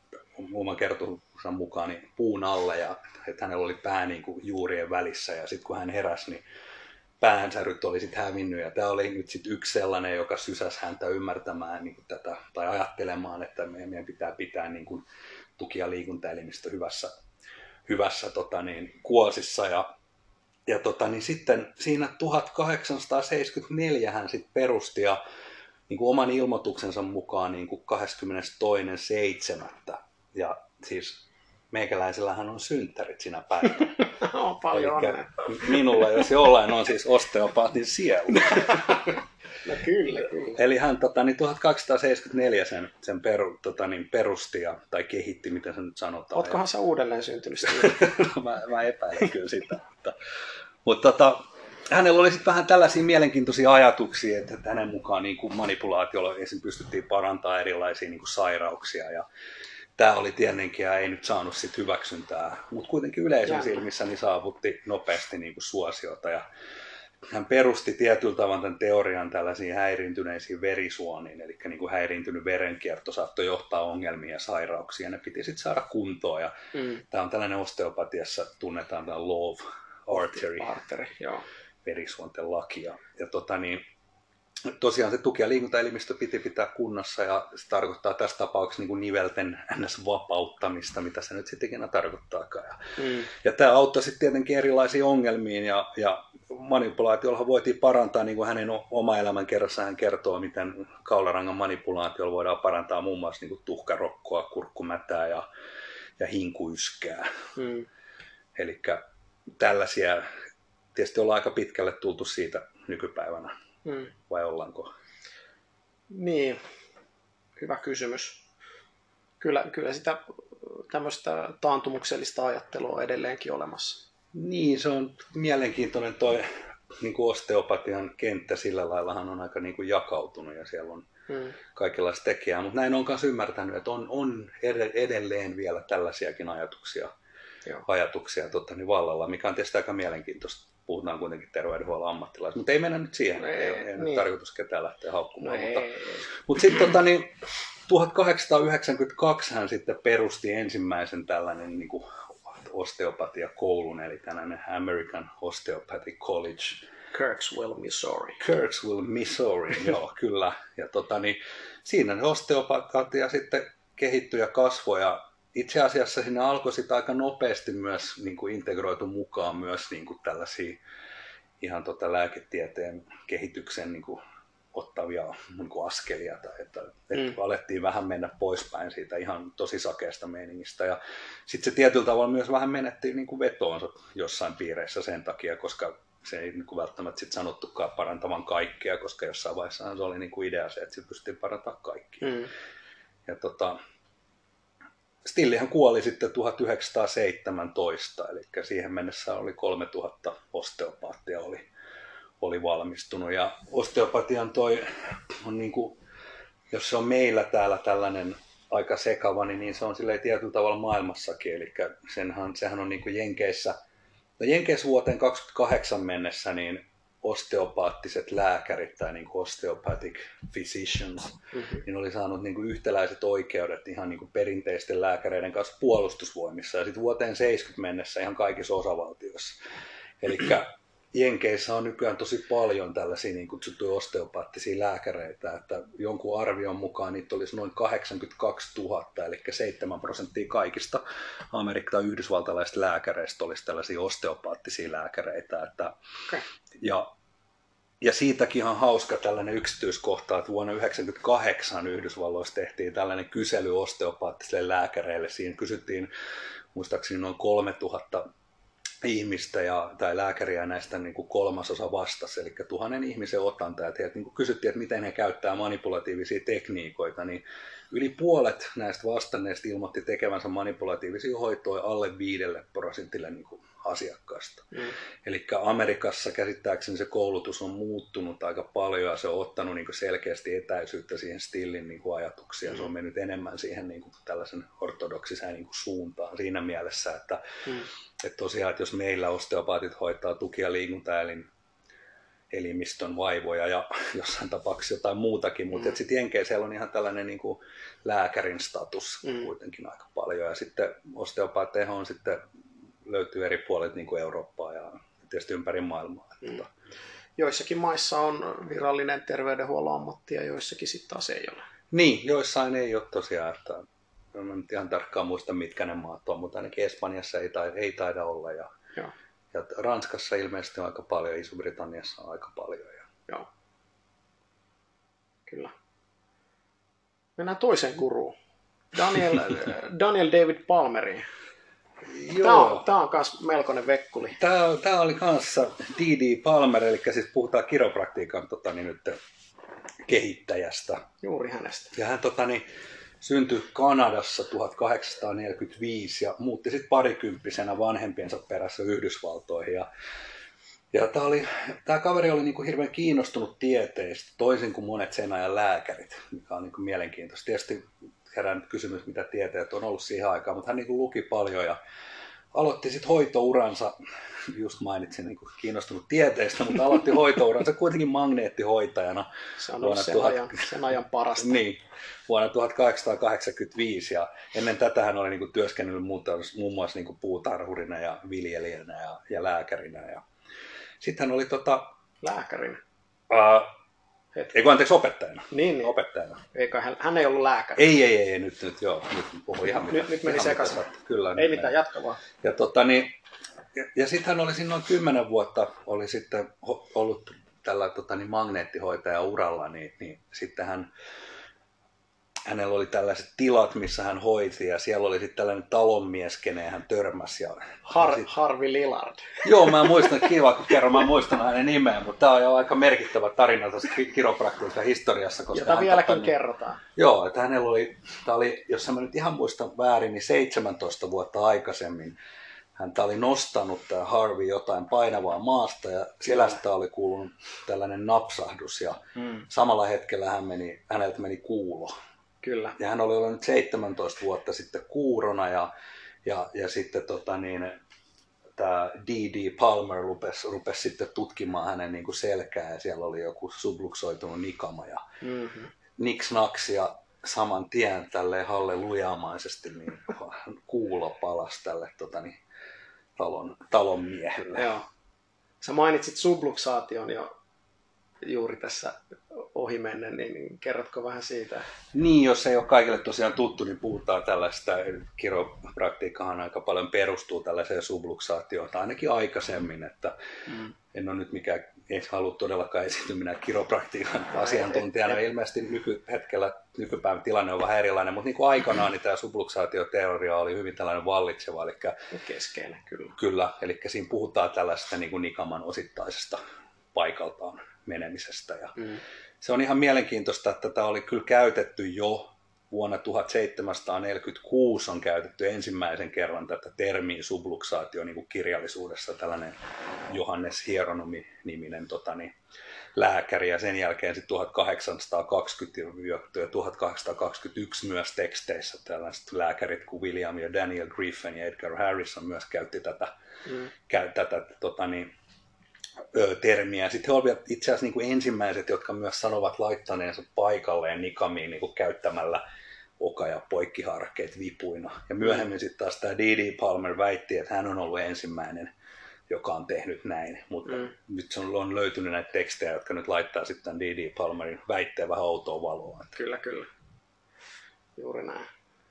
oman kertomuksen mukaan niin puun alle ja että hänellä oli pää niin kuin juurien välissä ja sitten kun hän heräsi, niin päänsäryt oli sitten hävinnyt ja tämä oli nyt sitten yksi sellainen, joka sysäsi häntä ymmärtämään niin kuin tätä tai ajattelemaan, että meidän pitää pitää niin kuin tuki- ja liikuntaelimistö hyvässä, hyvässä tota niin, kuosissa ja, ja tota niin, sitten siinä tuhatkahdeksansataaseitsemänkymmentäneljä hän sitten perusti ja niin kuin oman ilmoituksensa mukaan niin kuin kahdeskymmenestoinen seitsemättä ja siis meikäläisellähän on synttärit sinä päivänä. On paljon onnea. Minulla jos jollain on siis osteopaatin sielu. No kyllä, kyllä. Eli hän tota, niin tuhatkaksisataaseitsemänkymmentäneljä sen, sen peru, tota, niin perusti ja, tai kehitti, miten se nyt sanotaan. Ootkohan sä uudelleen syntynyt? No, mä, mä epäilen kyllä sitä. Mutta, mutta tota, hänellä oli sitten vähän tällaisia mielenkiintoisia ajatuksia, että hänen mukaan niin kuin manipulaatiolla esim. Pystyttiin parantamaan erilaisia niin kuin sairauksia. Ja tämä oli tietenkin ja ei nyt saanut sit hyväksyntää, mutta kuitenkin yleisön silmissä niin saavutti nopeasti niin kuin suosiota. Ja hän perusti tietyllä tavalla tämän teorian tällaisiin häiriintyneisiin verisuoniin, eli niin kuin häiriintynyt verenkierto saattoi johtaa ongelmia ja sairauksia, ja ne piti sitten saada kuntoon. Ja mm. Tämä on tällainen osteopatiassa, tunnetaan tämä law of artery, artery joo. verisuonten laki. Ja, ja tota niin, tosiaan se tuki- ja liikuntaelimistö piti pitää kunnossa, ja se tarkoittaa tässä tapauksessa niin kuin nivelten ns-vapauttamista, mitä se nyt sitten ikinä tarkoittaakaan. Ja, mm. ja tämä auttoi sitten tietenkin erilaisiin ongelmiin, ja, ja manipulaatiolla voitiin parantaa, niin kuin hänen oma elämän kerrassa hän kertoo, miten kaularangan manipulaatiolla voidaan parantaa muun muassa niin kuin tuhkarokkoa, kurkkumätää ja, ja hinkuyskää. Mm. Eli tällaisia, tietysti ollaan aika pitkälle tultu siitä nykypäivänä. Hmm. Vai ollaanko? Niin, hyvä kysymys. Kyllä, kyllä sitä tämmöistä taantumuksellista ajattelua on edelleenkin olemassa. Niin, se on mielenkiintoinen toi niin kuin osteopatian kenttä, sillä laillahan on aika niin kuin jakautunut ja siellä on hmm. kaikenlaista tekijää, mutta näin on myös ymmärtänyt, että on, on edelleen vielä tällaisiakin ajatuksia, Joo. ajatuksia tota, niin vallalla, mikä on tietysti aika mielenkiintoista puhutaan kuitenkin terveydenhuollon ammattilaisista. Mutta ei mennä nyt siihen, ei, ei, ei niin. Nyt tarkoitus ketään lähteä haukkumaan. No mutta mutta sitten tota, niin, tuhatkahdeksansataayhdeksänkymmentäkaksi hän sitten perusti ensimmäisen tällainen niin kuin osteopatiakoulun, eli tällainen American Osteopathic College. Kirksville, Missouri. Kirksville, Missouri, joo, kyllä. Ja tota, niin, siinä se osteopatia sitten kehittyi ja kasvoi. Ja itse asiassa siinä alkoi sitten aika nopeasti myös niin kuin integroitu mukaan myös niin kuin tällaisia ihan tota lääketieteen kehityksen niin kuin ottavia niin kuin askelia. Tai että, mm. että alettiin vähän mennä poispäin siitä ihan tosi sakeasta meiningistä. Ja sitten se tietyllä tavalla myös vähän menetti niin kuin vetoonsa jossain piireissä sen takia, koska se ei niin kuin välttämättä sit sanottukaan parantavan kaikkea, koska jossain vaiheessa se oli niin kuin idea se, että se pystyy parantamaan kaikkia. Mm. Ja tota, Stillihän kuoli sitten tuhatyhdeksänsataaseitsemäntoista, eli siihen mennessä oli kolmetuhatta osteopaattia oli, oli valmistunut. Ja osteopatian toi on niin kuin, jos se on meillä täällä tällainen aika sekava, niin se on silleen tietyllä tavalla maailmassakin. Eli senhän, sehän on niin kuin Jenkeissä, no Jenkeissä vuoteen kaksikymmentäkahdeksan mennessä niin osteopaattiset lääkärit tai niin kuin osteopathic physicians, mm-hmm. niin oli saanut niin kuin yhtäläiset oikeudet ihan niin kuin perinteisten lääkäreiden kanssa puolustusvoimissa ja sitten vuoteen seitsemänkymmentä mennessä ihan kaikissa osavaltioissa. Eli Jenkeissä on nykyään tosi paljon tällaisia niin kutsuttuja osteopaattisia lääkäreitä, että jonkun arvion mukaan niitä olisi noin kahdeksankymmentäkaksituhatta, eli seitsemän prosenttia kaikista Amerikka- tai yhdysvaltalaisista lääkäreistä olisi tällaisia osteopaattisia lääkäreitä. Että, okay. ja, ja siitäkin ihan hauska tällainen yksityiskohta, että vuonna yhdeksänkymmentäkahdeksan Yhdysvalloissa tehtiin tällainen kysely osteopaattisille lääkäreille. Siinä kysyttiin muistaakseni noin kolmetuhatta ihmistä ja, tai lääkäriä näistä niin kuin kolmasosa vastasi, eli tuhannen ihmisen otanta. Ja niin kuin kysyttiin, että miten he käyttää manipulatiivisia tekniikoita, niin yli puolet näistä vastanneista ilmoitti tekevänsä manipulatiivisia hoitoja alle viidelle prosentille niin kuin asiakkaasta. Mm. Eli Amerikassa käsittääkseni se koulutus on muuttunut aika paljon ja se on ottanut niin kuin selkeästi etäisyyttä siihen Stillin niin kuin ajatuksia. Mm. Se on mennyt enemmän siihen niin kuin tällaisen ortodoksiseen niin kuin suuntaan siinä mielessä, että, mm. että tosiaan, että jos meillä osteopaatit hoitaa tuki- ja liikuntaelin elimistön vaivoja ja jossain tapauksessa jotain muutakin, mutta mm. sitten Jenkeissä on ihan tällainen niin kuin lääkärin status mm. kuitenkin aika paljon. Ja sitten osteopaatteja on sitten löytyy eri puolet niin kuin Eurooppaa ja tietysti ympäri maailmaa. Mm. Joissakin maissa on virallinen terveydenhuollon ammatti ja joissakin sitten taas ei ole. Niin, joissain ei ole tosiaan. Että en nyt ihan tarkkaan muista, mitkä ne maat on, mutta ainakin Espanjassa ei taida, ei taida olla. Ja, ja Ranskassa ilmeisesti on aika paljon, Iso-Britanniassa on aika paljon. Ja... Joo. Kyllä. Mennään toiseen guruun. Daniel, Daniel David Palmeriin. Tämä on, tämä on myös melkoinen vekkuli. Tämä, tämä oli kanssa D D Palmer, eli siis puhutaan kiropraktiikan tota, niin nyt, kehittäjästä. Juuri hänestä. Ja hän tota, niin, syntyi Kanadassa tuhatkahdeksansataaneljäkymmentäviisi ja muutti sitten parikymppisenä vanhempiensa perässä Yhdysvaltoihin. Ja, ja tämä, oli, tämä kaveri oli niin kuin hirveän kiinnostunut tieteestä, toisin kuin monet sen ajan lääkärit, mikä on niin kuin mielenkiintoista. Tietysti herään kysymys, mitä tieteet on ollut siihen aikaan, mutta hän niin kuin luki paljon ja aloitti sitten hoitouransa, just mainitsin niin kuin kiinnostunut tieteestä, mutta aloitti hoitouransa kuitenkin magneettihoitajana. Se on ollut sen, tuhat... ajan, sen ajan parasta. Niin, vuonna tuhatkahdeksansataakahdeksankymmentäviisi ja ennen tätä hän oli niin kuin työskennellyt muun muassa niin kuin puutarhurina ja viljelijänä ja, ja lääkärinä. Ja... Sitten hän oli tota... Lääkärinä? Uh, Eikö anteeksi opettajana? Niin, niin. Opettajana. Eikä hän, hän ei ollut lääkäri. Ei, ei, ei, nyt, nyt joo. Nyt puhuin ihan mitä. Nyt, nyt meni sekaisin. Kyllä. Ei mitään, jatka vaan. Ja, tota, niin, ja, ja sitten hän oli siinä noin kymmenen vuotta, oli sitten ollut tällä tota, niin magneettihoitaja uralla, niin, niin sitten hän, hänellä oli tällaiset tilat, missä hän hoiti ja siellä oli sitten tällainen talonmies, keneen hän törmäsi. Ja, Har, ja sit... Harvey Lillard. Joo, mä muistan, kiva kun kerran mä muistan hänen nimeä, mutta tämä on jo aika merkittävä tarina tuossa kiropraktiikan historiassa. Koska jota vieläkin niin, kerrotaan. Joo, että hänellä oli, tämä oli, jos mä nyt ihan muistan väärin, niin seitsemäntoista vuotta aikaisemmin hän oli nostanut tämä Harvey jotain painavaa maasta ja selästä oli kuulunut tällainen napsahdus ja hmm. samalla hetkellä hän meni, häneltä meni kuulo. Kyllä. Ja hän oli ollut nyt seitsemäntoista vuotta sitten kuurona ja, ja, ja sitten tota niin, tämä D D. Palmer rupesi, rupesi sitten tutkimaan hänen niin kuin selkää ja siellä oli joku subluksoitunut nikama ja Mm-hmm. niks-naks ja saman tien tälleen hallelujaamaisesti niin kuulo palasi tälle tota, niin, talon, talon miehelle. Joo. Sä mainitsit subluksaation jo juuri tässä ohimennen, niin, niin kerrotko vähän siitä? Niin, jos ei ole kaikille tosiaan tuttu, niin puhutaan tällaista, kiropraktiikkahan aika paljon perustuu tällaiseen subluksaatioon, tai ainakin aikaisemmin, että mm. en ole nyt mikään, ei halua todellakaan esiintyä minä kiropraktiikan asiantuntijana, ilmeisesti nykyhetkellä, nykypäivän tilanne on vähän erilainen, mutta niin kuin aikanaan niin tämä subluksaatioteoria oli hyvin tällainen vallitseva, eli keskeinen, kyllä. Kyllä, eli siinä puhutaan tällaisesta niin kuin nikaman osittaisesta paikaltaan menemisestä. Ja mm. se on ihan mielenkiintoista, että tätä oli kyllä käytetty jo vuonna tuhatseitsemänsataaneljäkymmentäkuusi on käytetty ensimmäisen kerran tätä termiä subluksaatio niin kuin kirjallisuudessa, tällainen Johannes Hieronomy-niminen tota, niin, lääkäri, ja sen jälkeen sitten tuhatkahdeksansataakaksikymmentä ja tuhatkahdeksansataakaksikymmentäyksi myös teksteissä tällaiset lääkärit kuin William ja Daniel Griffin ja Edgar Harrison myös käytti tätä, mm. käy, tätä tota, niin, termiä. Sitten he olivat itse asiassa niin kuin ensimmäiset, jotka myös sanovat laittaneensa paikalleen nikamiin niin kuin käyttämällä oka- ja poikkiharkkeet vipuina. Ja myöhemmin sitten taas tämä D D. Palmer väitti, että hän on ollut ensimmäinen, joka on tehnyt näin. Mutta mm. nyt on, on löytynyt näitä tekstejä, jotka nyt laittaa sitten D D. Palmerin väitteen vähän outoa valoa. Kyllä, kyllä. Juuri näin.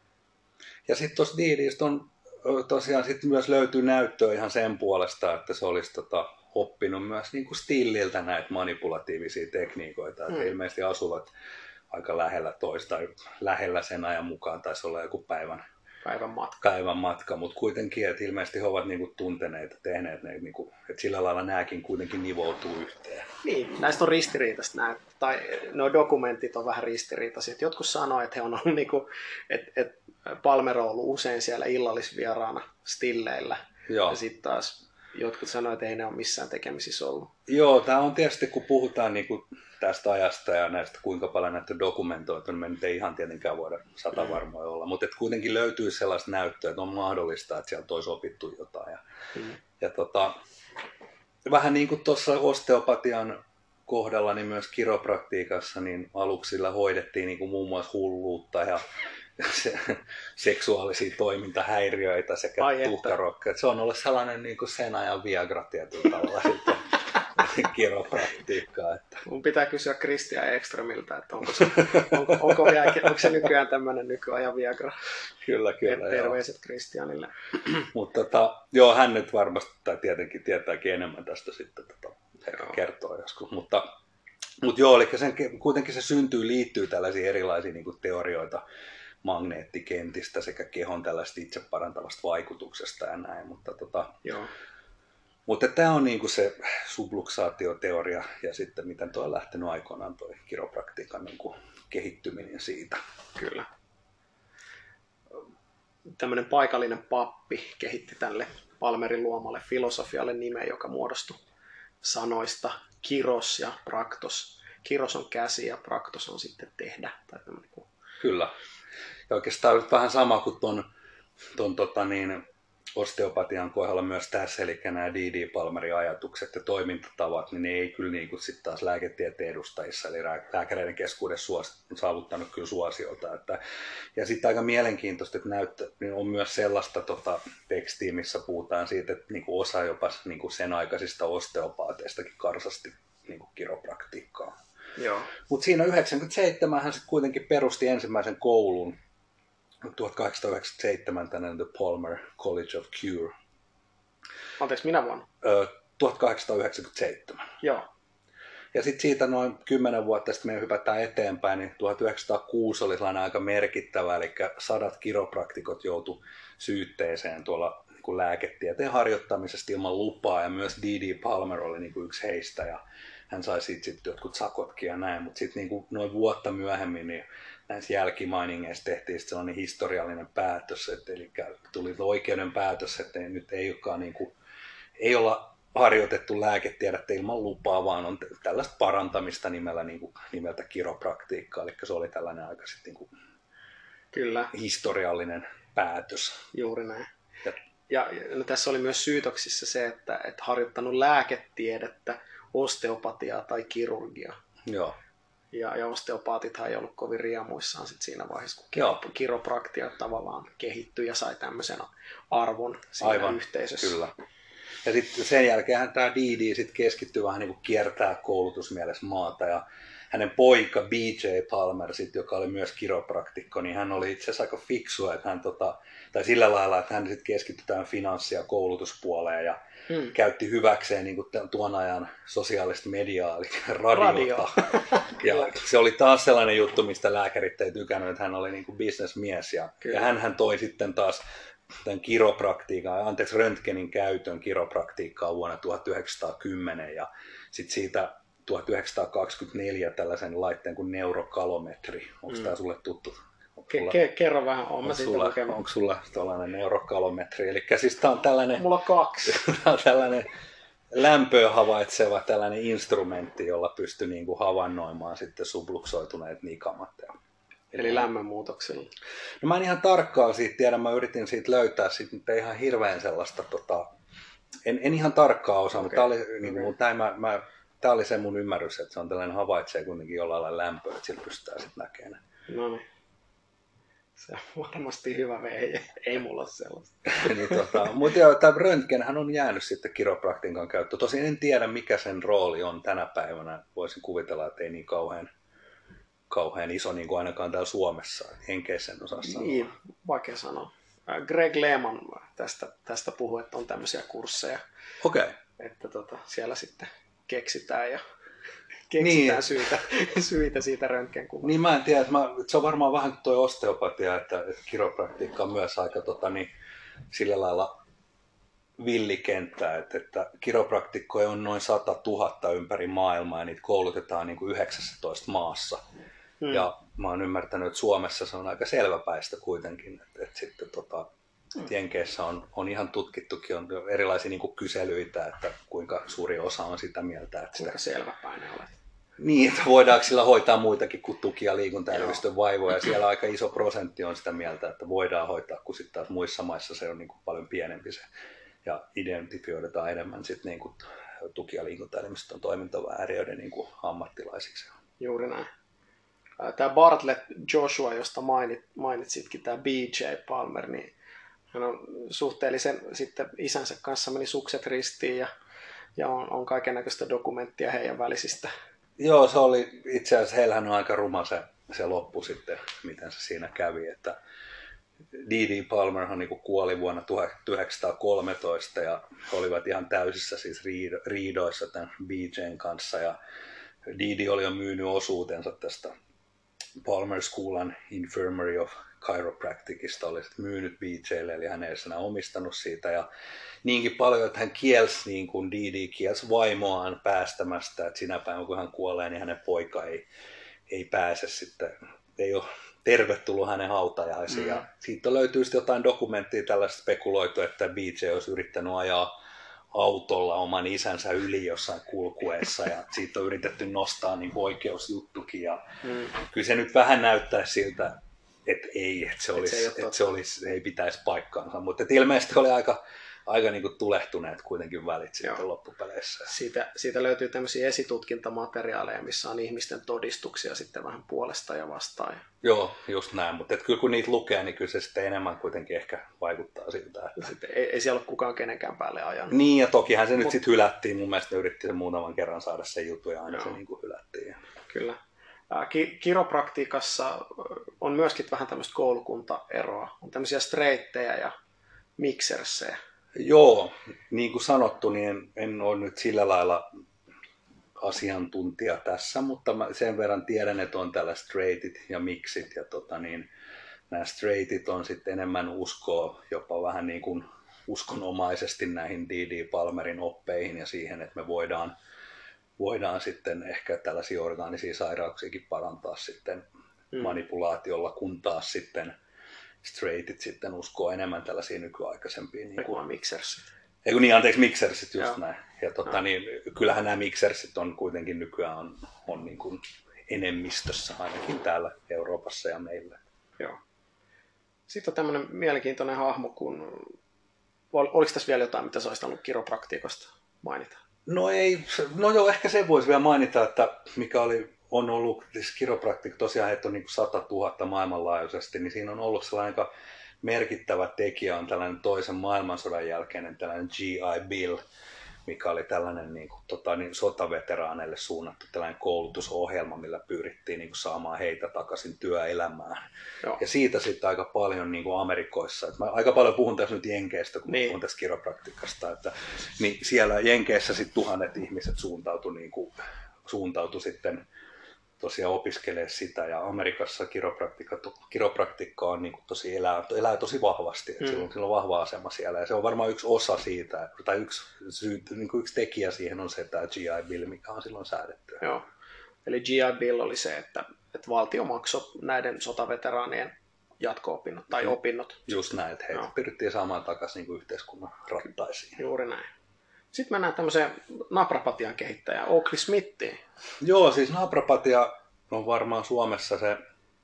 Ja sitten tuossa D D:stä on tosiaan sitten myös löytyy näyttöä ihan sen puolesta, että se olisi tota, oppinut myös niin kuin Stilliltä näitä manipulatiivisia tekniikoita. Mm. Ilmeisesti asuvat aika lähellä toista, lähellä sen ajan mukaan taisi olla joku päivän, päivän matka, päivän matka. Mutta kuitenkin, että ilmeisesti he ovat niin kuin tunteneet ja tehneet ne, niin kuin, että sillä lailla nämäkin kuitenkin nivoutuu yhteen. Niin, näistä on ristiriitaista nämä, tai nuo dokumentit on vähän ristiriitaisia. Jotkut sanoo, että he on ollut niin kuin, että, että Palmer on ollut usein siellä illallisvieraana Stilleillä. Joo. Ja sitten taas jotkut sanoo, että ei ne ole missään tekemisissä ollut. Joo, tämä on tietysti, kun puhutaan niin kuin tästä ajasta ja näistä kuinka paljon näitä dokumentoitu, niin me nyt ei ihan tietenkään voida sata varmoja olla. Mutta kuitenkin löytyy sellaista näyttöä, että on mahdollista, että sieltä olisi opittu jotain. Ja, mm. ja tota, vähän niin kuin tuossa osteopatian kohdalla, niin myös kiropraktiikassa, niin aluksi sillä hoidettiin niin kuin muun muassa hulluutta ja se, seksuaalisia toimintahäiriöitä sekä tuhkarokkeja. Se on ollut sellainen niin kuin sen ajan Viagra tietyllä tavalla sitten kiropraktiikkaa. Että. Mun pitää kysyä Christian Ekströmiltä, että onko se, onko, onko, vielä, onko se nykyään tämmöinen nykyajan Viagra. Kyllä, kyllä. Terveiset Christianille. Mutta tota, joo, hän nyt varmasti tai tietenkin tietääkin enemmän tästä sitten tota, kertoo joskus. Mutta, mutta joo, eli sen, kuitenkin se syntyy, liittyy tällaisiin erilaisiin niin kuin teorioita magneettikentistä sekä kehon tällaista itseparantavasta vaikutuksesta ja näin, mutta tota, joo. Mutta tämä on niinku se subluksaatioteoria ja sitten miten tuo on lähtenyt aikoinaan tuo kiropraktiikan niinku kehittyminen siitä. Kyllä. Tämmöinen paikallinen pappi kehitti tälle Palmerin luomalle filosofialle nimen, joka muodostui sanoista kiros ja praktos. Kiros on käsi ja praktos on sitten tehdä. Tai niinku. Kyllä. Ja oikeastaan on vähän sama kuin tuon ton, tota niin, osteopatian kohdalla myös tässä, eli nämä D D. Palmerin ajatukset ja toimintatavat, niin ne ei kyllä niin kuin sitten taas lääketieteen edustajissa, eli lääkäreiden keskuudessa suos, saavuttanut kyllä suosiota. Että, ja sitten aika mielenkiintoista, että näyttää, niin on myös sellaista tota, tekstiä, missä puhutaan siitä, että niin kuin osa jopa niin kuin sen aikaisista osteopaateistakin karsasti niin kuin kiropraktiikkaa. Mutta siinä yhdeksänkymmentäseitsemän hän sitten kuitenkin perusti ensimmäisen koulun, tuhatkahdeksansataayhdeksänkymmentäseitsemän tänne The Palmer College of Cure. Anteeksi, minä vuonna? Ö, tuhatkahdeksansataayhdeksänkymmentäseitsemän. Joo. Ja sitten siitä noin kymmenen vuotta sitten me hypätään eteenpäin, niin tuhatyhdeksänsataakuusi oli sellainen aika merkittävä, eli sadat kiropraktikot joutu syytteeseen tuolla niin kuin lääketieteen harjoittamisesta ilman lupaa, ja myös D D. Palmer oli niin kuin yksi heistä, ja hän sai siitä sitten jotkut sakotkin ja näin, mutta sitten niin noin vuotta myöhemmin, niin näissä jälkimainingeissa tehtiin sellainen historiallinen päätös, että, eli tuli oikeuden päätös, että nyt ei, olekaan, niin kuin, ei olla harjoitettu lääketiedettä ilman lupaa, vaan on tällaista parantamista nimellä, niin kuin, nimeltä kiropraktiikkaa, eli se oli tällainen aika sitten niin kuin Kyllä. historiallinen päätös. Juuri näin. Ja ja no, tässä oli myös syytöksissä se, että et harjoittanut lääketiedettä, osteopatiaa tai kirurgiaa. Joo. Ja, ja osteopaatithan ei ollut kovin riemuissaan sit siinä vaiheessa, kun Joo. kiropraktia tavallaan kehittyi ja sai tämmöisen arvon siinä Aivan, yhteisössä. Kyllä. Ja sitten sen jälkeen tämä Dee sit keskittyi vähän niin kuin kiertää koulutusmielessä maata. Ja hänen poika B J Palmer, sit, joka oli myös kiropraktikko, niin hän oli itse asiassa aika fiksu, että hän, tota, tai sillä lailla, että hän sit keskittyi tähän finanssi- ja koulutuspuoleen ja hmm. käytti hyväkseen niin kuin tuon ajan sosiaalista mediaa, eli radiota. Radio. Ja se oli taas sellainen juttu, mistä lääkärit ei tykännyt, että hän oli niin kuin bisnesmies. Ja, ja hän toi sitten taas tämän kiropraktiikan, anteeksi, röntgenin käytön kiropraktiikkaa vuonna tuhatyhdeksänsataakymmenen ja sitten siitä tuhatyhdeksänsataakaksikymmentäneljä tällaisen laitteen kuin neurokalometri. Onko mm. tämä sulle tuttu? Sulla, ke- kerro vähän, on mä siitä lukenut. Onko sulla tällainen neurokalometri? Eli siis tämä on tällainen... Mulla on kaksi. Tämä on tällainen lämpöä havaitseva tällainen instrumentti, jolla pystyy niinku havainnoimaan sitten subluksoituneet nikamat. Eli lämmönmuutoksella. No mä en ihan tarkkaan siitä tiedä, mä yritin siitä löytää siitä, mutta ei ihan hirveän sellaista, tota, en, en ihan tarkkaa osaa, okay. mutta tämä oli, niin kuin, tämä, mä, mä, tämä oli se mun ymmärrys, että se on tällainen havaitsee kuitenkin jollain lailla lämpöä, että sillä pystytään sitten näkemään. No niin. Se on varmasti hyvä vehje, ei mulla ole sellaista. niin, tota, mutta joo, tämä röntgenhän on jäänyt sitten kiropraktiikan käyttöön. Tosin en tiedä, mikä sen rooli on tänä päivänä. Voisin kuvitella, että ei niin kauhean kauhean iso, niin kuin ainakaan täällä Suomessa. Jenkeissä en osaa sanoa. Niin, vaikea sanoa. Greg Lehman tästä, tästä puhui, että on tämmöisiä kursseja. Okei. Okay. Että tota, siellä sitten keksitään ja keksitään niin. syitä, syitä siitä röntgenkuvasta. Niin mä en tiedä, että mä, se on varmaan vähän kuin tuo osteopatia, että, että kiropraktiikka on myös aika tota, niin, sillä lailla villikenttä, että, että kiropraktikkoja on noin sata tuhatta ympäri maailmaa ja niitä koulutetaan niin kuin yhdeksässätoista maassa. Hmm. Ja mä oon ymmärtänyt, että Suomessa se on aika selväpäistä kuitenkin, että, että sitten tota, hmm. Jenkeissä on, on ihan tutkittukin, on erilaisia niin kuin kyselyitä, että kuinka suuri osa on sitä mieltä. Että kuinka sitä... selväpäinen olet. Niin, että voidaanko sillä hoitaa muitakin kuin tuki- ja liikuntaelimistön vaivoja. Siellä aika iso prosentti on sitä mieltä, että voidaan hoitaa, kun sitten taas muissa maissa se on niin kuin paljon pienempi se. Ja identifioidaan enemmän sit niin kuin tuki- ja liikuntaelimistön toimintavääriöiden niin kuin ammattilaisiksi. Juuri näin. Tämä Bartlett Joshua, josta mainit, mainitsitkin, tämä B J Palmer, niin hän on suhteellisen sitten isänsä kanssa meni sukset ristiin ja, ja on, on kaikennäköistä dokumenttia heidän välisistä. Joo, se oli itse asiassa, heillähän on aika ruma se, se loppu sitten, miten se siinä kävi, että Dee Dee Palmerhan niin kuoli vuonna tuhatyhdeksänsataakolmetoista ja he olivat ihan täysissä siis riidoissa tämän B J:n kanssa ja Dee Dee oli jo myynyt osuutensa tästä Palmer School and Infirmary of Chiropracticista, oli myynyt B J:lle, eli hän ei enää omistanut siitä ja niinkin paljon, että hän kielsi, niin kuin Dee Dee kielsi vaimoaan päästämästä, että sinä päivänä kun hän kuolee, niin hänen poika ei, ei pääse sitten, ei ole tervetullut hänen hautajaisiin. Mm. Siitä löytyy sitten jotain dokumenttia tällaista spekuloitu, että B J olisi yrittänyt ajaa autolla oman isänsä yli jossain kulkueessa ja siitä on yritetty nostaa niin oikeusjuttukin. Ja mm. Kyllä se nyt vähän näyttää siltä, että ei, että se, olisi, se, ei, että se olisi, ei pitäisi paikkaansa, mutta ilmeisesti oli aika aika niin kuin tulehtuneet kuitenkin välit sitten loppupeleissä. Siitä, siitä löytyy tämmöisiä esitutkintamateriaaleja, missä on ihmisten todistuksia sitten vähän puolesta ja vastaan. Joo, just näin, mutta kyllä kun niitä lukee, niin kyllä se sitten enemmän kuitenkin ehkä vaikuttaa siltä. Että... Sitten ei, ei siellä ole kukaan kenenkään päälle ajanut. Niin, ja tokihan se Mut... nyt sitten hylättiin. Mun mielestä ne yritti sen muutaman kerran saada sen jutun ja aina Joo. se niin kuin hylättiin. Kyllä. Ki- kiropraktiikassa on myöskin vähän tämmöistä koulukuntaeroa. On tämmöisiä streittejä ja miksersejä. Joo, niin kuin sanottu, niin en ole nyt sillä lailla asiantuntija tässä, mutta mä sen verran tiedän, että on tällä straightit ja mixit. Ja tota niin, nämä straightit on sitten enemmän uskoa, jopa vähän niin kuin uskonomaisesti näihin Dee Dee Palmerin oppeihin ja siihen, että me voidaan, voidaan sitten ehkä tällaisia orgaanisia sairauksiakin parantaa sitten mm. manipulaatiolla, kun taas sitten straightit sitten uskoo enemmän tällaisia nykyaikaisempia. Niin kuin mixersit. Eikö niin, anteeksi, mixersit just Joo. näin. Ja tota, niin, kyllähän nämä mixersit on kuitenkin nykyään on, on niin kuin enemmistössä ainakin täällä Euroopassa ja meillä. Joo. Sitten on tämmöinen mielenkiintoinen hahmo kuin Oliko tässä vielä jotain, mitä sä olisit halunnut kiropraktiikasta mainita? No ei, no joo, ehkä sen voisi vielä mainita, että mikä oli, on ollut, siis kiropraktiikka tosiaan, että on niin kuin sata tuhatta maailmanlaajuisesti, niin siinä on ollut sellainen aika merkittävä tekijä, on tällainen toisen maailmansodan jälkeinen tällainen G I Bill, mikä oli tällainen niin kuin, tota, niin sotaveteraaneille suunnattu tällainen koulutusohjelma, millä pyrittiin niin kuin, saamaan heitä takaisin työelämään. Joo. Ja siitä sitten aika paljon niin kuin Amerikoissa, että mä aika paljon puhun tässä nyt Jenkeistä, kun niin. puhun tästä kiropraktikasta, että niin siellä Jenkeissä sitten tuhannet ihmiset suuntautui, niin kuin, suuntautui sitten tosiaan opiskelee sitä, ja Amerikassa kiropraktikka, kiropraktikka on niin kuin tosi elää, elää tosi vahvasti, että mm. sillä, on, sillä on vahva asema siellä, ja se on varmaan yksi osa siitä, tai yksi, syy, niin kuin yksi tekijä siihen on se, tämä G I Bill, mikä on silloin säädetty. Joo, eli G I Bill oli se, että, että valtio maksoi näiden sotaveteraanien jatko-opinnot tai opinnot. Just näin, että heitä pyrittiin saamaan takaisin niin kuin yhteiskunnan rattaisiin. Juuri näin. Sitten mennään tämmöiseen naprapatian kehittäjään, Oakley Smithiin. Joo, siis naprapatia on varmaan Suomessa se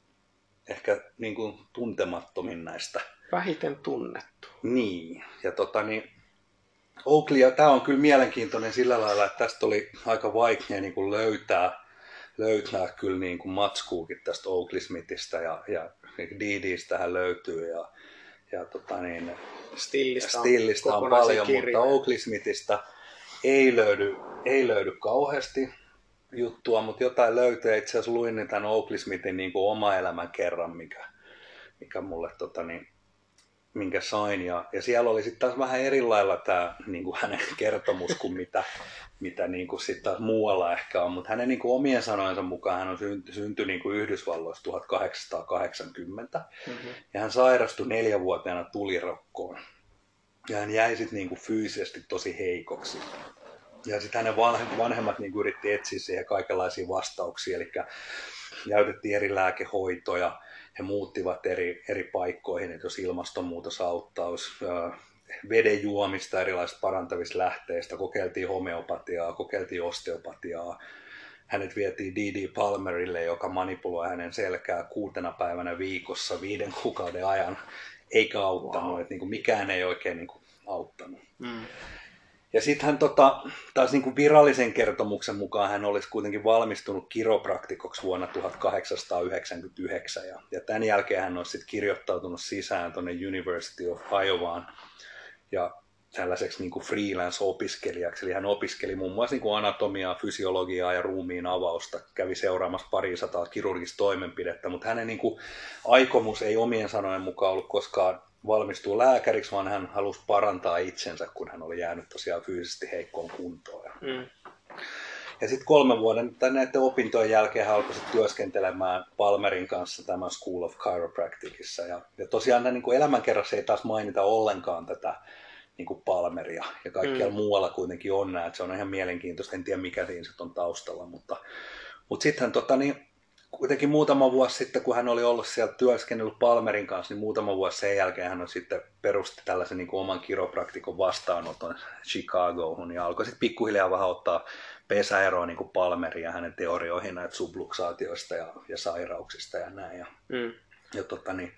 ehkä niin kuin tuntemattomin näistä. Vähiten tunnettu. Niin, ja tota niin, Oakley, tämä on kyllä mielenkiintoinen sillä lailla, että tästä oli aika vaikea niin kuin löytää, löytää kyllä niin kuin matskuukin tästä Oakley Smithistä, ja, ja D D:stähän löytyy, ja Ja tota niin, Stillistä on, Stillistä on paljon, kirja. Mutta Oakley Smithistä ei löydy, ei löydy kauheasti juttua, mutta jotain löytyy. Itse asiassa luin niin tämän Oakley Smithin niin kuin oma elämän kerran, mikä, mikä mulle tota niin, minkä sain. Ja, ja siellä oli sitten taas vähän eri lailla tämä niin kuin hänen kertomus kuin mitä, mitä niin kuin sitten taas muualla ehkä on. Mutta hänen niin kuin omien sanojensa mukaan hän on synty, syntyi niin kuin Yhdysvalloissa tuhatkahdeksansataakahdeksankymmentä. Mm-hmm. Ja hän sairastui neljävuotiaana tulirokkoon. Ja hän jäi sitten niin kuin fyysisesti tosi heikoksi. Ja sitten hänen vanhemmat niin kuin yritti etsiä siihen kaikenlaisia vastauksia. Eli käytettiin eri lääkehoitoja. He muuttivat eri, eri paikkoihin, että jos ilmastonmuutos auttaus, veden juomista erilaisista parantavista lähteistä, kokeiltiin homeopatiaa, kokeiltiin osteopatiaa. Hänet vietiin D D Palmerille, joka manipuloi hänen selkää kuutena päivänä viikossa viiden kuukauden ajan, eikä auttanut, wow. että niin kuin mikään ei oikein niin kuin auttanut. Mm. Ja sitten hän tota, taas niin kuin virallisen kertomuksen mukaan hän olisi kuitenkin valmistunut kiropraktikoksi vuonna tuhatkahdeksansataayhdeksänkymmentäyhdeksän. Ja, ja tämän jälkeen hän olisi sitten kirjoittautunut sisään tuonne University of Iowaan ja tällaiseksi niin kuin freelance-opiskelijaksi. Eli hän opiskeli muun muassa niin kuin anatomiaa, fysiologiaa ja ruumiin avausta. Kävi seuraamassa parisataa kirurgista toimenpidettä, mutta hänen niin kuin aikomus ei omien sanojen mukaan ollut koskaan valmistua lääkäriksi, vaan hän halusi parantaa itsensä, kun hän oli jäänyt tosiaan fyysisesti heikkoon kuntoon. Mm. Ja sitten kolmen vuoden tai näiden opintojen jälkeen hän alkoi työskentelemään Palmerin kanssa tämän School of Chiropracticissa. Ja, ja tosiaan niin kuin elämänkerrassa ei taas mainita ollenkaan tätä niin kuin Palmeria. Ja kaikkialla mm. muualla kuitenkin on näin, että se on ihan mielenkiintoista. En tiedä mikä siinä sitten on taustalla, mutta, mutta sitten tota, niin, kuitenkin muutama vuosi sitten, kun hän oli ollut siellä työskennellyt Palmerin kanssa, niin muutama vuosi sen jälkeen hän on sitten perusti tällaisen niin kuin oman kiropraktikon vastaanoton Chicagoon ja alkoi sitten pikkuhiljaa vähän ottaa pesäeroa niin kuin Palmerin ja hänen teorioihin näitä subluksaatioista ja, ja sairauksista ja näin. Ja, mm. ja, tota niin,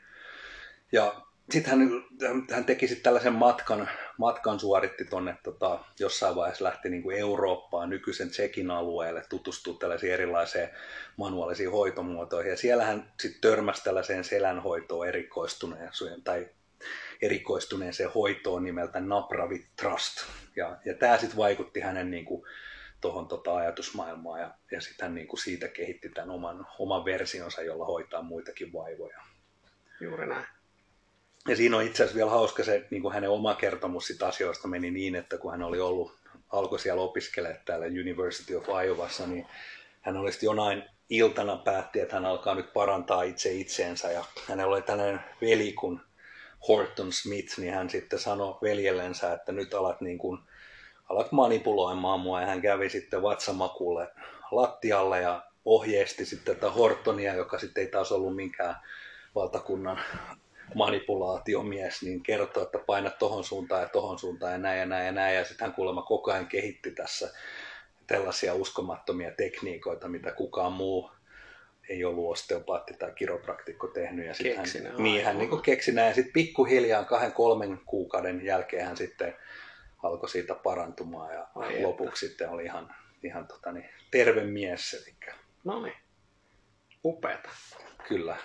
ja sitten hän, hän teki sitten tällaisen matkan, matkan suoritti tuonne tota, jossain vaiheessa lähti niin kuin Eurooppaan, nykyisen Tsekin alueelle, tutustua tällaisiin erilaisiin manuaalisiin hoitomuotoihin. Ja siellä hän sitten törmäsi tällaiseen selänhoitoon erikoistuneeseen, tai erikoistuneeseen hoitoon nimeltä Napravit Trust. Ja, ja tämä sitten vaikutti hänen niin kuin tuohon tota ajatusmaailmaan, ja, ja sitten hän niin kuin siitä kehitti tämän oman, oman versionsa, jolla hoitaa muitakin vaivoja. Juuri näin. Ja siinä on itse asiassa vielä hauska se, niin kuin hänen oma kertomus siitä asioista meni niin, että kun hän oli ollut, alkoi siellä opiskelemaan täällä University of Iowassa, niin hän oli sitten jonain iltana päätti, että hän alkaa nyt parantaa itse itseensä. Ja hänellä oli tällainen veli kuin Horton Smith, niin hän sitten sanoi veljellensä, että nyt alat, niin kuin, alat manipuloimaan mua. Ja hän kävi sitten vatsamakulle lattialle ja ohjeisti sitten tätä Hortonia, joka sitten ei taas ollut minkään valtakunnan manipulaatiomies, niin kertoo, että paina tohon suuntaan ja tohon suuntaan ja näin ja näin ja näin. Ja sitten hän kuulemma koko ajan kehitti tässä tällaisia uskomattomia tekniikoita, mitä kukaan muu, ei ollut osteopaatti tai kiropraktikko tehnyt. Ja sitten hän, niin, hän niin keksi näin. Ja sitten pikkuhiljaa kahden kolmen kuukauden jälkeen hän sitten alkoi siitä parantumaan. Ja Ai lopuksi että. sitten oli ihan, ihan tota niin, terve mies. Eli... No niin, upeata. Kyllä.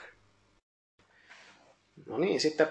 No niin, sitten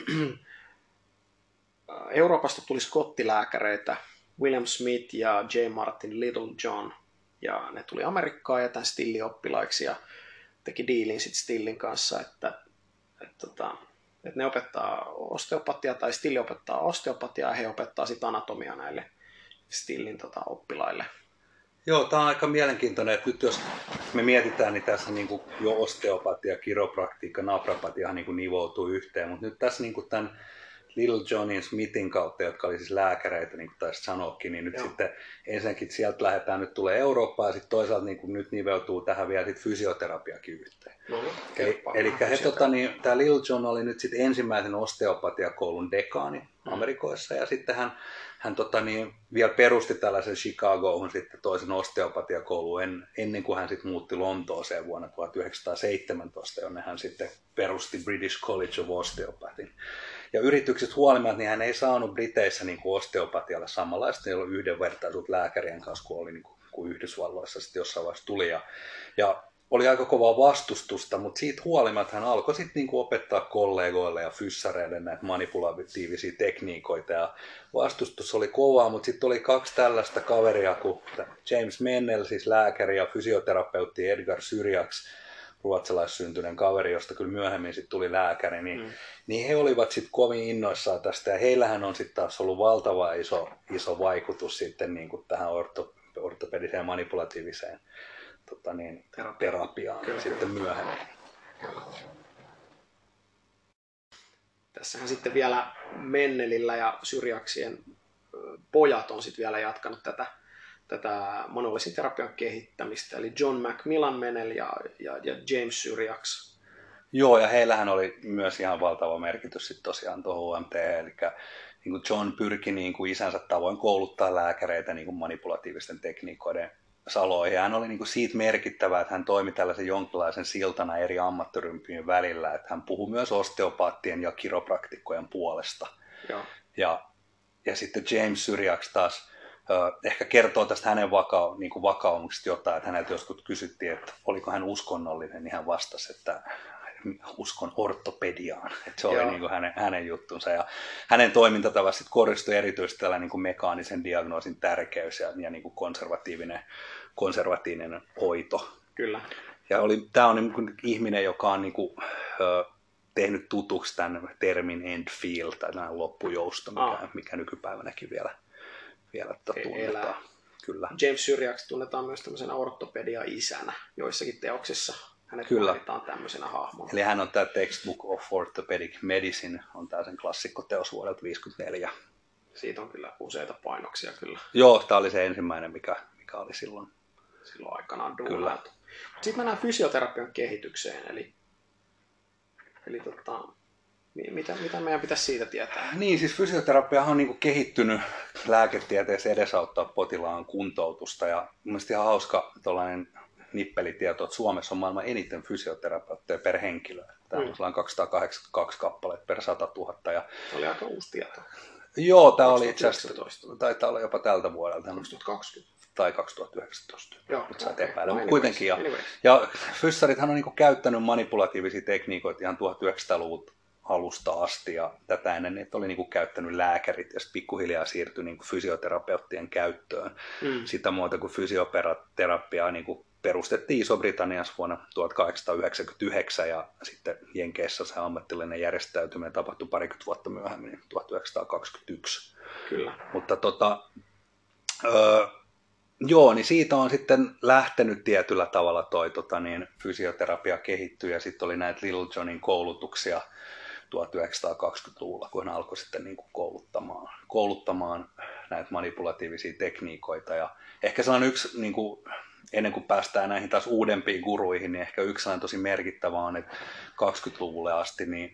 Euroopasta tuli skottilääkäreitä William Smith ja J. Martin Littlejohn. Ja ne tuli Amerikkaan ja tämän Stillin oppilaiksi ja teki diilin sitten Stillin kanssa, että, että, että, että ne opettaa osteopatiaa tai Stilli opettaa osteopatiaa ja he opettaa sitten anatomiaa näille Stillin tota, oppilaille. Joo, tämä on aika mielenkiintoinen, että nyt jos me mietitään, niin tässä niin kuin jo osteopatia, kiropraktiikka, naprapatia niin kuin nivoutuu yhteen, mutta nyt tässä niin kuin tämän Littlejohnin Smithin kautta, jotka oli siis lääkäreitä, niin kuin taisit sanoakin, niin nyt Joo. sitten ensinnäkin sieltä lähdetään, nyt tulee Eurooppaan ja sitten toisaalta niin kuin nyt niveutuu tähän vielä sitten fysioterapiakin yhteen. No, eli eli he, tota, niin, tämä Littlejohn oli nyt sitten ensimmäisen osteopatiakoulun dekaani mm. Amerikoissa ja sitten hän, hän tota, niin, vielä perusti tällaisen Chicagoon sitten toisen osteopatiakoulun en, ennen kuin hän sitten muutti Lontooseen vuonna tuhatyhdeksänsataaseitsemäntoista, jonne hän sitten perusti British College of Osteopathin. Ja yritykset huolimatta, niin hän ei saanut Briteissä niin kuin osteopatialle samanlaista, ei ollut yhdenvertaisuutta lääkärien kanssa kuin oli niin kuin, kuin Yhdysvalloissa sitten jossain vaiheessa tuli. Ja, ja oli aika kovaa vastustusta, mutta siitä huolimatta hän alkoi sitten niin kuin opettaa kollegoille ja fyssareille näitä manipulatiivisia tekniikoita. Ja vastustus oli kovaa, mutta sitten oli kaksi tällaista kaveria kuin James Mennel, siis lääkäri ja fysioterapeutti Edgar Syriacs, ruotsalaissyntyinen kaveri, josta kyllä myöhemmin sitten tuli lääkäri, niin, mm. niin he olivat sitten kovin innoissaan tästä, ja heillähän on sitten taas ollut valtava iso, iso vaikutus sitten niin kuin tähän orto, ortopediseen manipulatiiviseen tota niin, Terapia. terapiaan kyllä, sitten kyllä. myöhemmin. Kyllä. Tässähän sitten vielä Mennelillä ja Syriaksien pojat on sitten vielä jatkanut tätä tätä manuaalisen terapian kehittämistä, eli John Macmillan Mennel ja, ja, ja James Syriacs. Joo, ja heillähän oli myös ihan valtava merkitys sitten tosiaan tuohon O M T, eli niin kuin John pyrki niin kuin isänsä tavoin kouluttaa lääkäreitä niin kuin manipulatiivisten tekniikoiden saloihin, ja hän oli niin kuin siitä merkittävä, että hän toimi tällaisen jonkinlaisen siltana eri ammattiryhmien välillä, että hän puhui myös osteopaattien ja kiropraktikkojen puolesta. Joo. Ja, ja sitten James Syriacs taas ehkä kertoo tästä hänen vaka- niin kuin vakaumuksesta jotain, että häneltä joskus kysyttiin, että oliko hän uskonnollinen, niin hän vastasi, että uskon ortopediaan. Että se oli niin kuin hänen, hänen juttunsa. Ja hänen toimintatavassa koristui erityisesti tällainen niin kuin mekaanisen diagnoosin tärkeys ja, ja niin kuin konservatiivinen, konservatiivinen hoito. Kyllä. Ja oli, tämä on niin kuin ihminen, joka on niin kuin, ö, tehnyt tutuksi tämän termin end feel, tai tämän loppujousto, mikä, ah. mikä nykypäivänäkin vielä vielä tunnetaan. Kyllä. James Syriacs tunnetaan myös tämmöisenä ortopedia-isänä joissakin teoksissa. Hänet mainitaan tämmöisenä hahmona. Eli hän on tämä Textbook of Orthopedic Medicine, on tämä sen klassikkoteos vuodelta viisikymmentäneljä. Siitä on kyllä useita painoksia kyllä. Joo, tämä oli se ensimmäinen, mikä, mikä oli silloin. Silloin aikanaan duunailtu. Sitten mennään fysioterapian kehitykseen, eli, eli tota, Mitä, mitä meidän pitäisi siitä tietää? Niin, siis fysioterapia on niin kuin kehittynyt lääketieteessä edesauttaa potilaan kuntoutusta. Ja mielestäni ihan hauska tuollainen nippelitieto, että Suomessa on maailman eniten fysioterapeutteja per henkilö. Tämä on mm. kaksisataakahdeksankymmentäkaksi kappaletta per sata tuhatta. Ja... oli aika uusi tieto. Joo, tämä oli itse asiassa, taitaa olla jopa tältä vuodelta. kaksituhattakaksikymmentä. Tai kaksituhattayhdeksäntoista. Joo, mutta sä okay. epäillä. No, kuitenkin. Ja, ja fyssarithan on niin käyttänyt manipulatiivisia tekniikoita ihan tuhatyhdeksänsataaluvun alusta asti, ja tätä ennen että oli niin kuin käyttänyt lääkärit, ja sitten pikkuhiljaa siirtyi niin kuin fysioterapeuttien käyttöön. Mm. Sitä muuta kuin fysioterapiaa niin kuin perustettiin Iso-Britanniassa vuonna tuhatkahdeksansataayhdeksänkymmentäyhdeksän, ja sitten Jenkeissä se ammattilainen järjestäytyminen tapahtui parikymmentä vuotta myöhemmin, tuhatyhdeksänsataakaksikymmentäyksi. Kyllä. Mutta tota, öö, joo, niin siitä on sitten lähtenyt tietyllä tavalla toi tota, niin, fysioterapia kehittyy, ja sitten oli näitä Littlejohnin koulutuksia tuhatyhdeksänsataakaksikymmentäluvulla, kun hän alkoi sitten niin kuin kouluttamaan, kouluttamaan näitä manipulatiivisia tekniikoita. Ja ehkä sellainen yksi, niin kuin, ennen kuin päästään näihin taas uudempiin guruihin, niin ehkä yksi sellainen tosi merkittävä on, että kaksikymmentäluvulle asti niin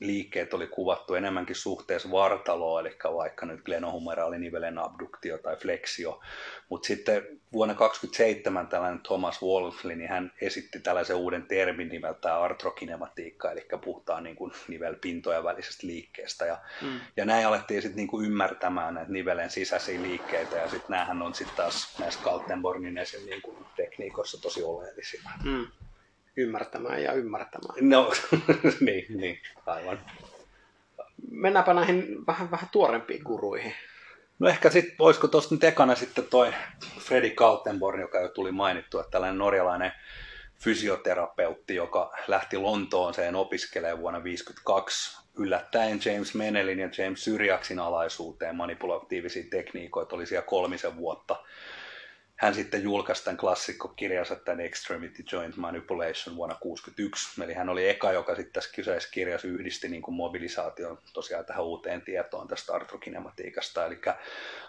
liikkeet oli kuvattu enemmänkin suhteessa vartaloon, eli vaikka nyt glenohumeraalin nivelen abduktio tai fleksio. Mutta sitten vuonna kaksituhattaseitsemän tällainen Thomas Wolfley, niin hän esitti tällaisen uuden termin nimeltään artrokinematiikka, eli puhutaan niin kuin nivelpintojen välisestä liikkeestä. Ja, mm. ja näin alettiin sitten niin kuin ymmärtämään näitä nivelen sisäisiä liikkeitä, ja sitten näähän on sitten taas näissä Kaltenbornin esim. Niin kuin tekniikoissa tosi oleellisia. Mm. Ymmärtämään ja ymmärtämään. No, niin, niin, aivan. Mennäänpä näihin vähän, vähän tuorempiin guruihin. No ehkä sitten, olisiko tuosta nyt ekana sitten toi Freddy Kaltenborn, joka jo tuli mainittua, että tällainen norjalainen fysioterapeutti, joka lähti Lontooseen opiskelemaan vuonna tuhatyhdeksänsataaviisikymmentäkaksi yllättäen James Menelin ja James Syriaksin alaisuuteen manipulatiivisia tekniikoita, oli siellä kolmisen vuotta. Hän sitten julkaisi tämän klassikkokirjansa, tämän Extremity Joint Manipulation vuonna tuhatyhdeksänsataakuusikymmentäyksi. Eli hän oli eka, joka sitten tässä kyseisessä kirjassa yhdisti niin kuin mobilisaation tosiaan tähän uuteen tietoon tästä artrokinematiikasta. Eli äh,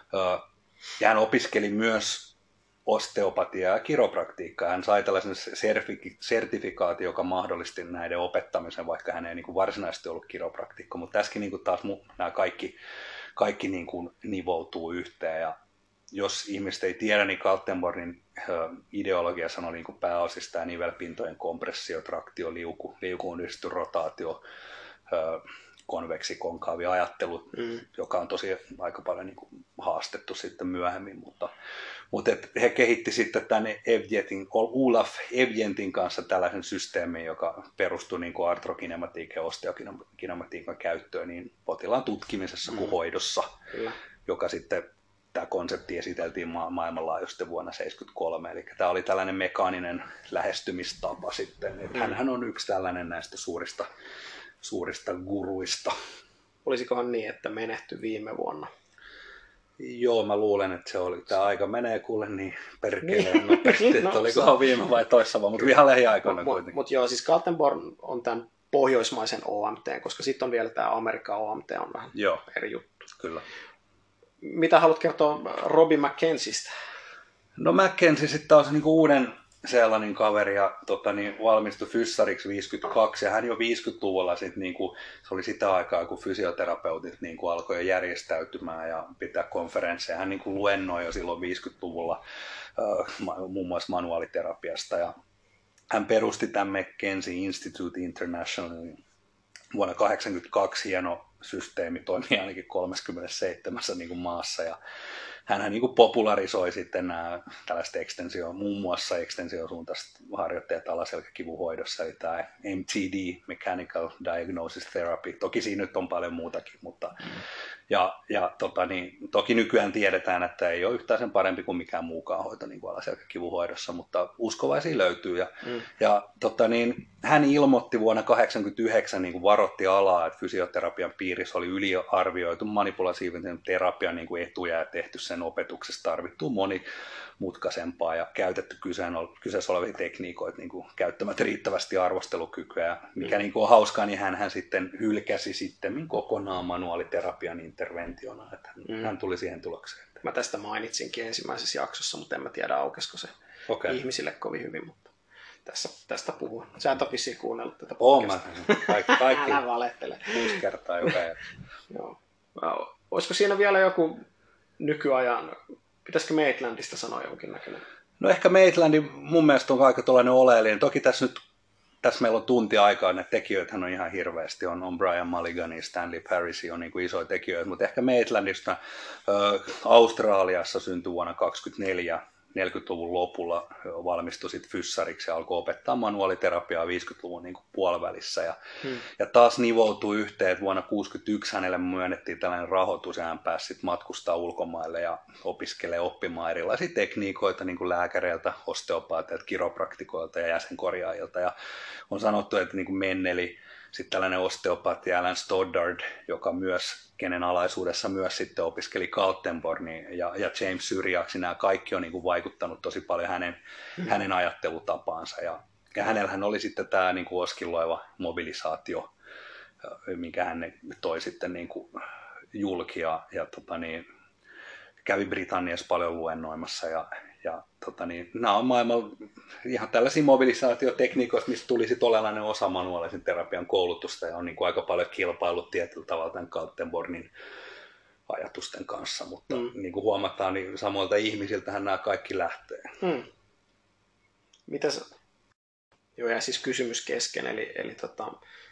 ja hän opiskeli myös osteopatiaa ja kiropraktiikkaa. Hän sai tällaisen sertifikaation, joka mahdollisti näiden opettamisen, vaikka hän ei niin kuin varsinaisesti ollut kiropraktikko. Mutta tässäkin niin kuin taas nämä kaikki, kaikki niin kuin nivoutuu yhteen. Ja jos ihmiset ei tiedä, niin Kaltenbornin ideologia sanoi niin kuin pääosista tämä nivelpintojen kompressio, traktio, liuku, liukuun yhdistetty rotaatio, konveksi, konkaavi ajattelu, mm. joka on tosi aika paljon niin kuin haastettu sitten myöhemmin. Mutta, mutta et he kehitti sitten tämän Evjetin, Olaf Evjentin kanssa tällaisen systeemin, joka perustui niin kuin artrokinematiikan ja osteokinematiikan käyttöön niin potilaan tutkimisessa mm. kuin hoidossa, mm. joka sitten tämä konsepti esiteltiin ma- maailmanlaajuisesti vuonna tuhatyhdeksänsataaseitsemänkymmentäkolme, eli tämä oli tällainen mekaaninen lähestymistapa sitten. Mm. Hänhän on yksi tällainen näistä suurista, suurista guruista. Olisikohan niin, että menehtyi viime vuonna? Joo, mä luulen, että se oli. Tämä aika menee kuule niin perkeleen nopeasti, että no, olikohan viime vai toissa vaan, mutta ihan lähiaikoina mut, kuitenkin. Mutta joo, siis Kaltenborn on tämän pohjoismaisen O M T, koska sitten on vielä tämä Amerikan O M T on vähän joo, eri juttu. Kyllä. Mitä haluat kertoa Robin McKenziestä? No McKenzie sitten taas niinku uuden sellainen kaveri ja tota, niin, valmistui fyssariksi viisikymmentäkaksi ja hän jo viisikymmentäluvulla sit, niinku, se oli sitä aikaa, kun fysioterapeutit niinku, alkoi jo järjestäytymään ja pitää konferensseja. Hän niinku, luennoi jo silloin viisikymmentäluvulla äh, muun muassa manuaaliterapiasta ja hän perusti tämän McKenzie Institute Internationalin vuonna tuhatyhdeksänsataakahdeksankymmentäkaksi. Hieno systeemi toimii ainakin kolmekymmentäseitsemän niin kuin maassa ja hänhän niin kuin popularisoi sitten nämä tällaiset ekstensio, muun muassa ekstensiosuuntaiset harjoitteet alaselkäkivun hoidossa, eli tämä M T D, Mechanical Diagnosis Therapy. Toki siinä nyt on paljon muutakin, mutta mm. ja, ja tota niin, toki nykyään tiedetään, että ei ole yhtään sen parempi kuin mikään muukaan hoito niin kuin alaselkäkivun hoidossa, mutta uskovaisia löytyy. Ja, mm. ja tota niin, hän ilmoitti vuonna tuhatyhdeksänsataakahdeksankymmentäyhdeksän, niin kuin varoitti alaa, että fysioterapian piirissä oli yliarvioitu manipulatiivisen terapian niin kuin etuja ja tehty sen opetuksessa tarvittu monimutkaisempaa ja käytetty kyseessä olevia tekniikoita niin kuin käyttämättä riittävästi arvostelukykyä. Mikä mm. niin kuin on hauskaa, niin hän, hän sitten hylkäsi sitten kokonaan manuaaliterapian interventiona. Että mm. hän tuli siihen tulokseen. Mä tästä mainitsinkin ensimmäisessä jaksossa, mutta en mä tiedä aukesiko se okay. ihmisille kovin hyvin. Mutta tässä, tästä puhua. Sä et ole vissiin kuunnellut tätä podcastia. Kaikki, kaikki älä valehtele. Kuusi kertaa joka Joo. Olisiko siinä vielä joku nykyajan, pitäisikö Maitlandista sanoa jonkinnäköinen? No ehkä Maitland mun mielestä on aika tuollainen oleellinen. Toki tässä nyt, tässä meillä on tunti aikaa, ne tekijöitähän on ihan hirveästi. On, on Brian Mulligan, Stanley Parisi on niin kuin isoja tekijöitä, mutta ehkä Maitlandista äh, Australiassa syntyi vuonna kaksikymmentäneljä. neljäkymmentäluvun lopulla valmistui sitten fyssariksi ja alkoi opettaa manuaaliterapiaa viisikymmentäluvun niin kuin puolivälissä. Ja, hmm. ja taas nivoutui yhteen, että vuonna tuhatyhdeksänsataakahdeksankymmentäyksi hänelle myönnettiin tällainen rahoitus ja hän pääsi sitten matkustaa ulkomaille ja opiskelee oppimaan erilaisia tekniikoita niin kuin lääkäreiltä, osteopaateilta, kiropraktikoilta ja jäsenkorjaajilta. Ja on sanottu, että niin kuin Menneli, sitten tällainen osteopaatti Alan Stoddard, joka myös, kenen alaisuudessa myös sitten opiskeli Kaltenbornia ja, ja James Syriaksi, nämä kaikki on niin kuin vaikuttanut tosi paljon hänen, mm. hänen ajattelutapaansa. Ja, ja hänellähän oli sitten tämä niin kuin oskilloiva mobilisaatio, mikä hän toi sitten niin kuin julki ja, ja tota niin, kävi Britanniassa paljon luennoimassa ja Ja tota niin, nämä on maailman ihan tällaisia mobilisaatiotekniikoita, mistä tuli sitten olennainen osa manuaalisen terapian koulutusta ja on niin kuin aika paljon kilpailut tietyllä tavalla tämän Kaltenbornin ajatusten kanssa, mutta mm. niin kuin huomataan, niin samoilta ihmisiltähän nämä kaikki lähtee. Mm. Mitäs? Joo, ja siis kysymys kesken, eli, eli tota,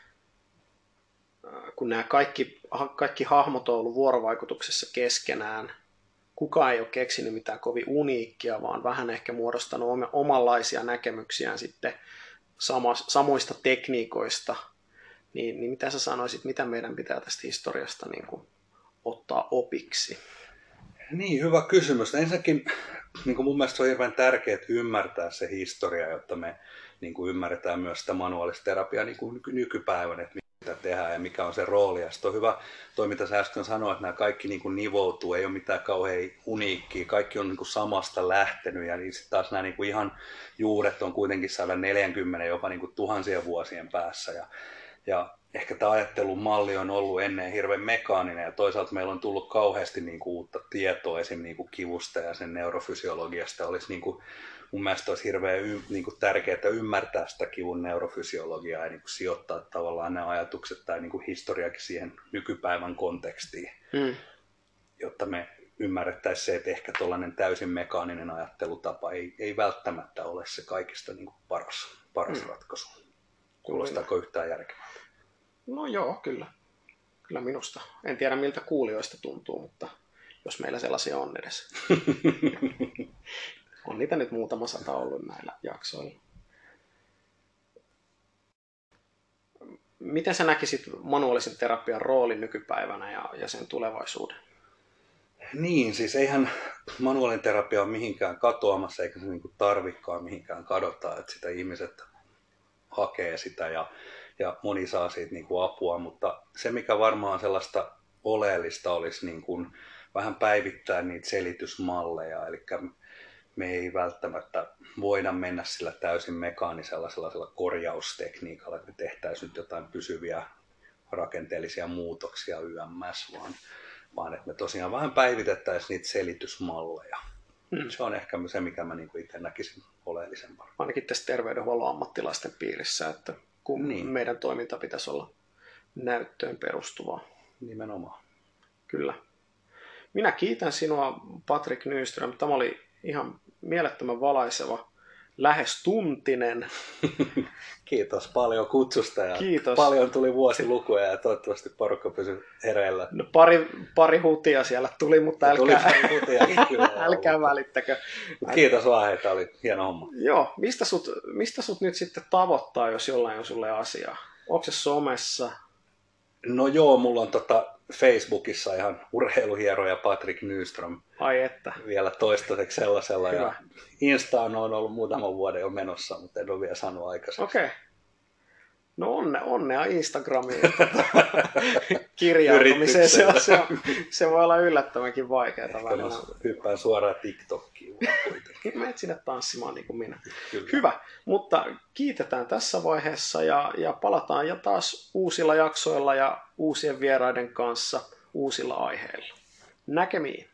kun nämä kaikki, kaikki hahmot on ollut vuorovaikutuksessa keskenään, kukaan ei ole keksinyt mitään kovin uniikkia, vaan vähän ehkä muodostanut omanlaisia näkemyksiään sitten sama, samoista tekniikoista, niin, niin mitä sä sanoisit, mitä meidän pitää tästä historiasta niin kuin ottaa opiksi? Niin, hyvä kysymys. Ensinnäkin niin kuin mun mielestä on hirveän tärkeää ymmärtää se historia, jotta me niin kuin ymmärretään myös sitä manuaalista terapiaa niin kuin nykypäivänä, että mitä tehdään ja mikä on se rooli. Ja sitten on hyvä toi, mitä sä äsken sanoit, että nämä kaikki niin kuin nivoutuu, ei ole mitään kauhean uniikkia, kaikki on niin kuin samasta lähtenyt ja niin sitten taas nämä niin kuin ihan juuret on kuitenkin sata neljäkymmentä jopa niin kuin tuhansien vuosien päässä. Ja, ja ehkä tämä ajattelun malli on ollut ennen hirveän mekaaninen ja toisaalta meillä on tullut kauheasti niin kuin uutta tietoa esim. Niin kuin kivusta ja sen neurofysiologiasta. Olisi niin kuin, mun mielestä olisi hirveän niin kuin tärkeää ymmärtää sitä kivun neurofysiologiaa ja niin kuin sijoittaa tavallaan nämä ajatukset tai niin kuin historiakin siihen nykypäivän kontekstiin, hmm. jotta me ymmärrettäisiin se, että ehkä tuollainen täysin mekaaninen ajattelutapa ei, ei välttämättä ole se kaikista niin kuin paras, paras hmm. ratkaisu. Kuulostaako yhtään järkevää? No joo, kyllä. Kyllä minusta. En tiedä miltä kuulijoista tuntuu, mutta jos meillä sellaisia on edes. On niitä nyt muutama sata ollut näillä jaksoilla. Miten sä näkisit manuaalisen terapian roolin nykypäivänä ja, ja sen tulevaisuuden? Niin, siis eihän manuaalinen terapia ole mihinkään katoamassa, eikä se niinku tarvikaan mihinkään kadota, että sitä ihmiset hakee sitä ja ja moni saa siitä niin kuin apua, mutta se mikä varmaan sellaista oleellista olisi niin kuin vähän päivittää niitä selitysmalleja, eli me ei välttämättä voida mennä sillä täysin mekaanisella sellaisella korjaustekniikalla, että me tehtäisiin nyt jotain pysyviä rakenteellisia muutoksia yms, vaan, vaan että me tosiaan vähän päivitettäisiin niitä selitysmalleja. Hmm. Se on ehkä se, mikä mä niin kuin itse näkisin oleellisempaa. Ainakin tässä terveydenhuollon ammattilaisten piirissä, että kun niin. meidän toiminta pitäisi olla näyttöön perustuvaa. Nimenomaan. Kyllä. Minä kiitän sinua, Patrik Nyström. Tämä oli ihan mielettömän valaiseva, lähes tuntinen. Kiitos paljon kutsusta ja Kiitos. Paljon tuli vuosilukuja ja toivottavasti porukka pysyi hereillä. No, pari, pari hutia siellä tuli, mutta älkää, tuli hutiakin, kyllä älkää välittäkö. Kiitos vaan, että oli hieno homma. Joo, mistä sut, mistä sut nyt sitten tavoittaa, jos jollain on sulle asiaa? Onko se somessa? No joo, mulla on tota Facebookissa ihan urheiluhieroja Patrik Nyström. Ai että. Vielä toistaiseksi sellaisella. Hyvä. Ja Instaan on ollut muutaman vuoden jo menossa, mutta en ole vielä saanut aikaisemmin. Okei. Okay. No onne, onnea Instagramiin kirjautumiseen. Se, on, se, on, se voi olla yllättävänkin vaikeaa. Ehkä mä hyppään suoraan TikTokiin. Menet sinne tanssimaan niin kuin minä. Kyllä. Hyvä, mutta kiitetään tässä vaiheessa ja, ja palataan ja taas uusilla jaksoilla ja uusien vieraiden kanssa uusilla aiheilla. Näkemiin.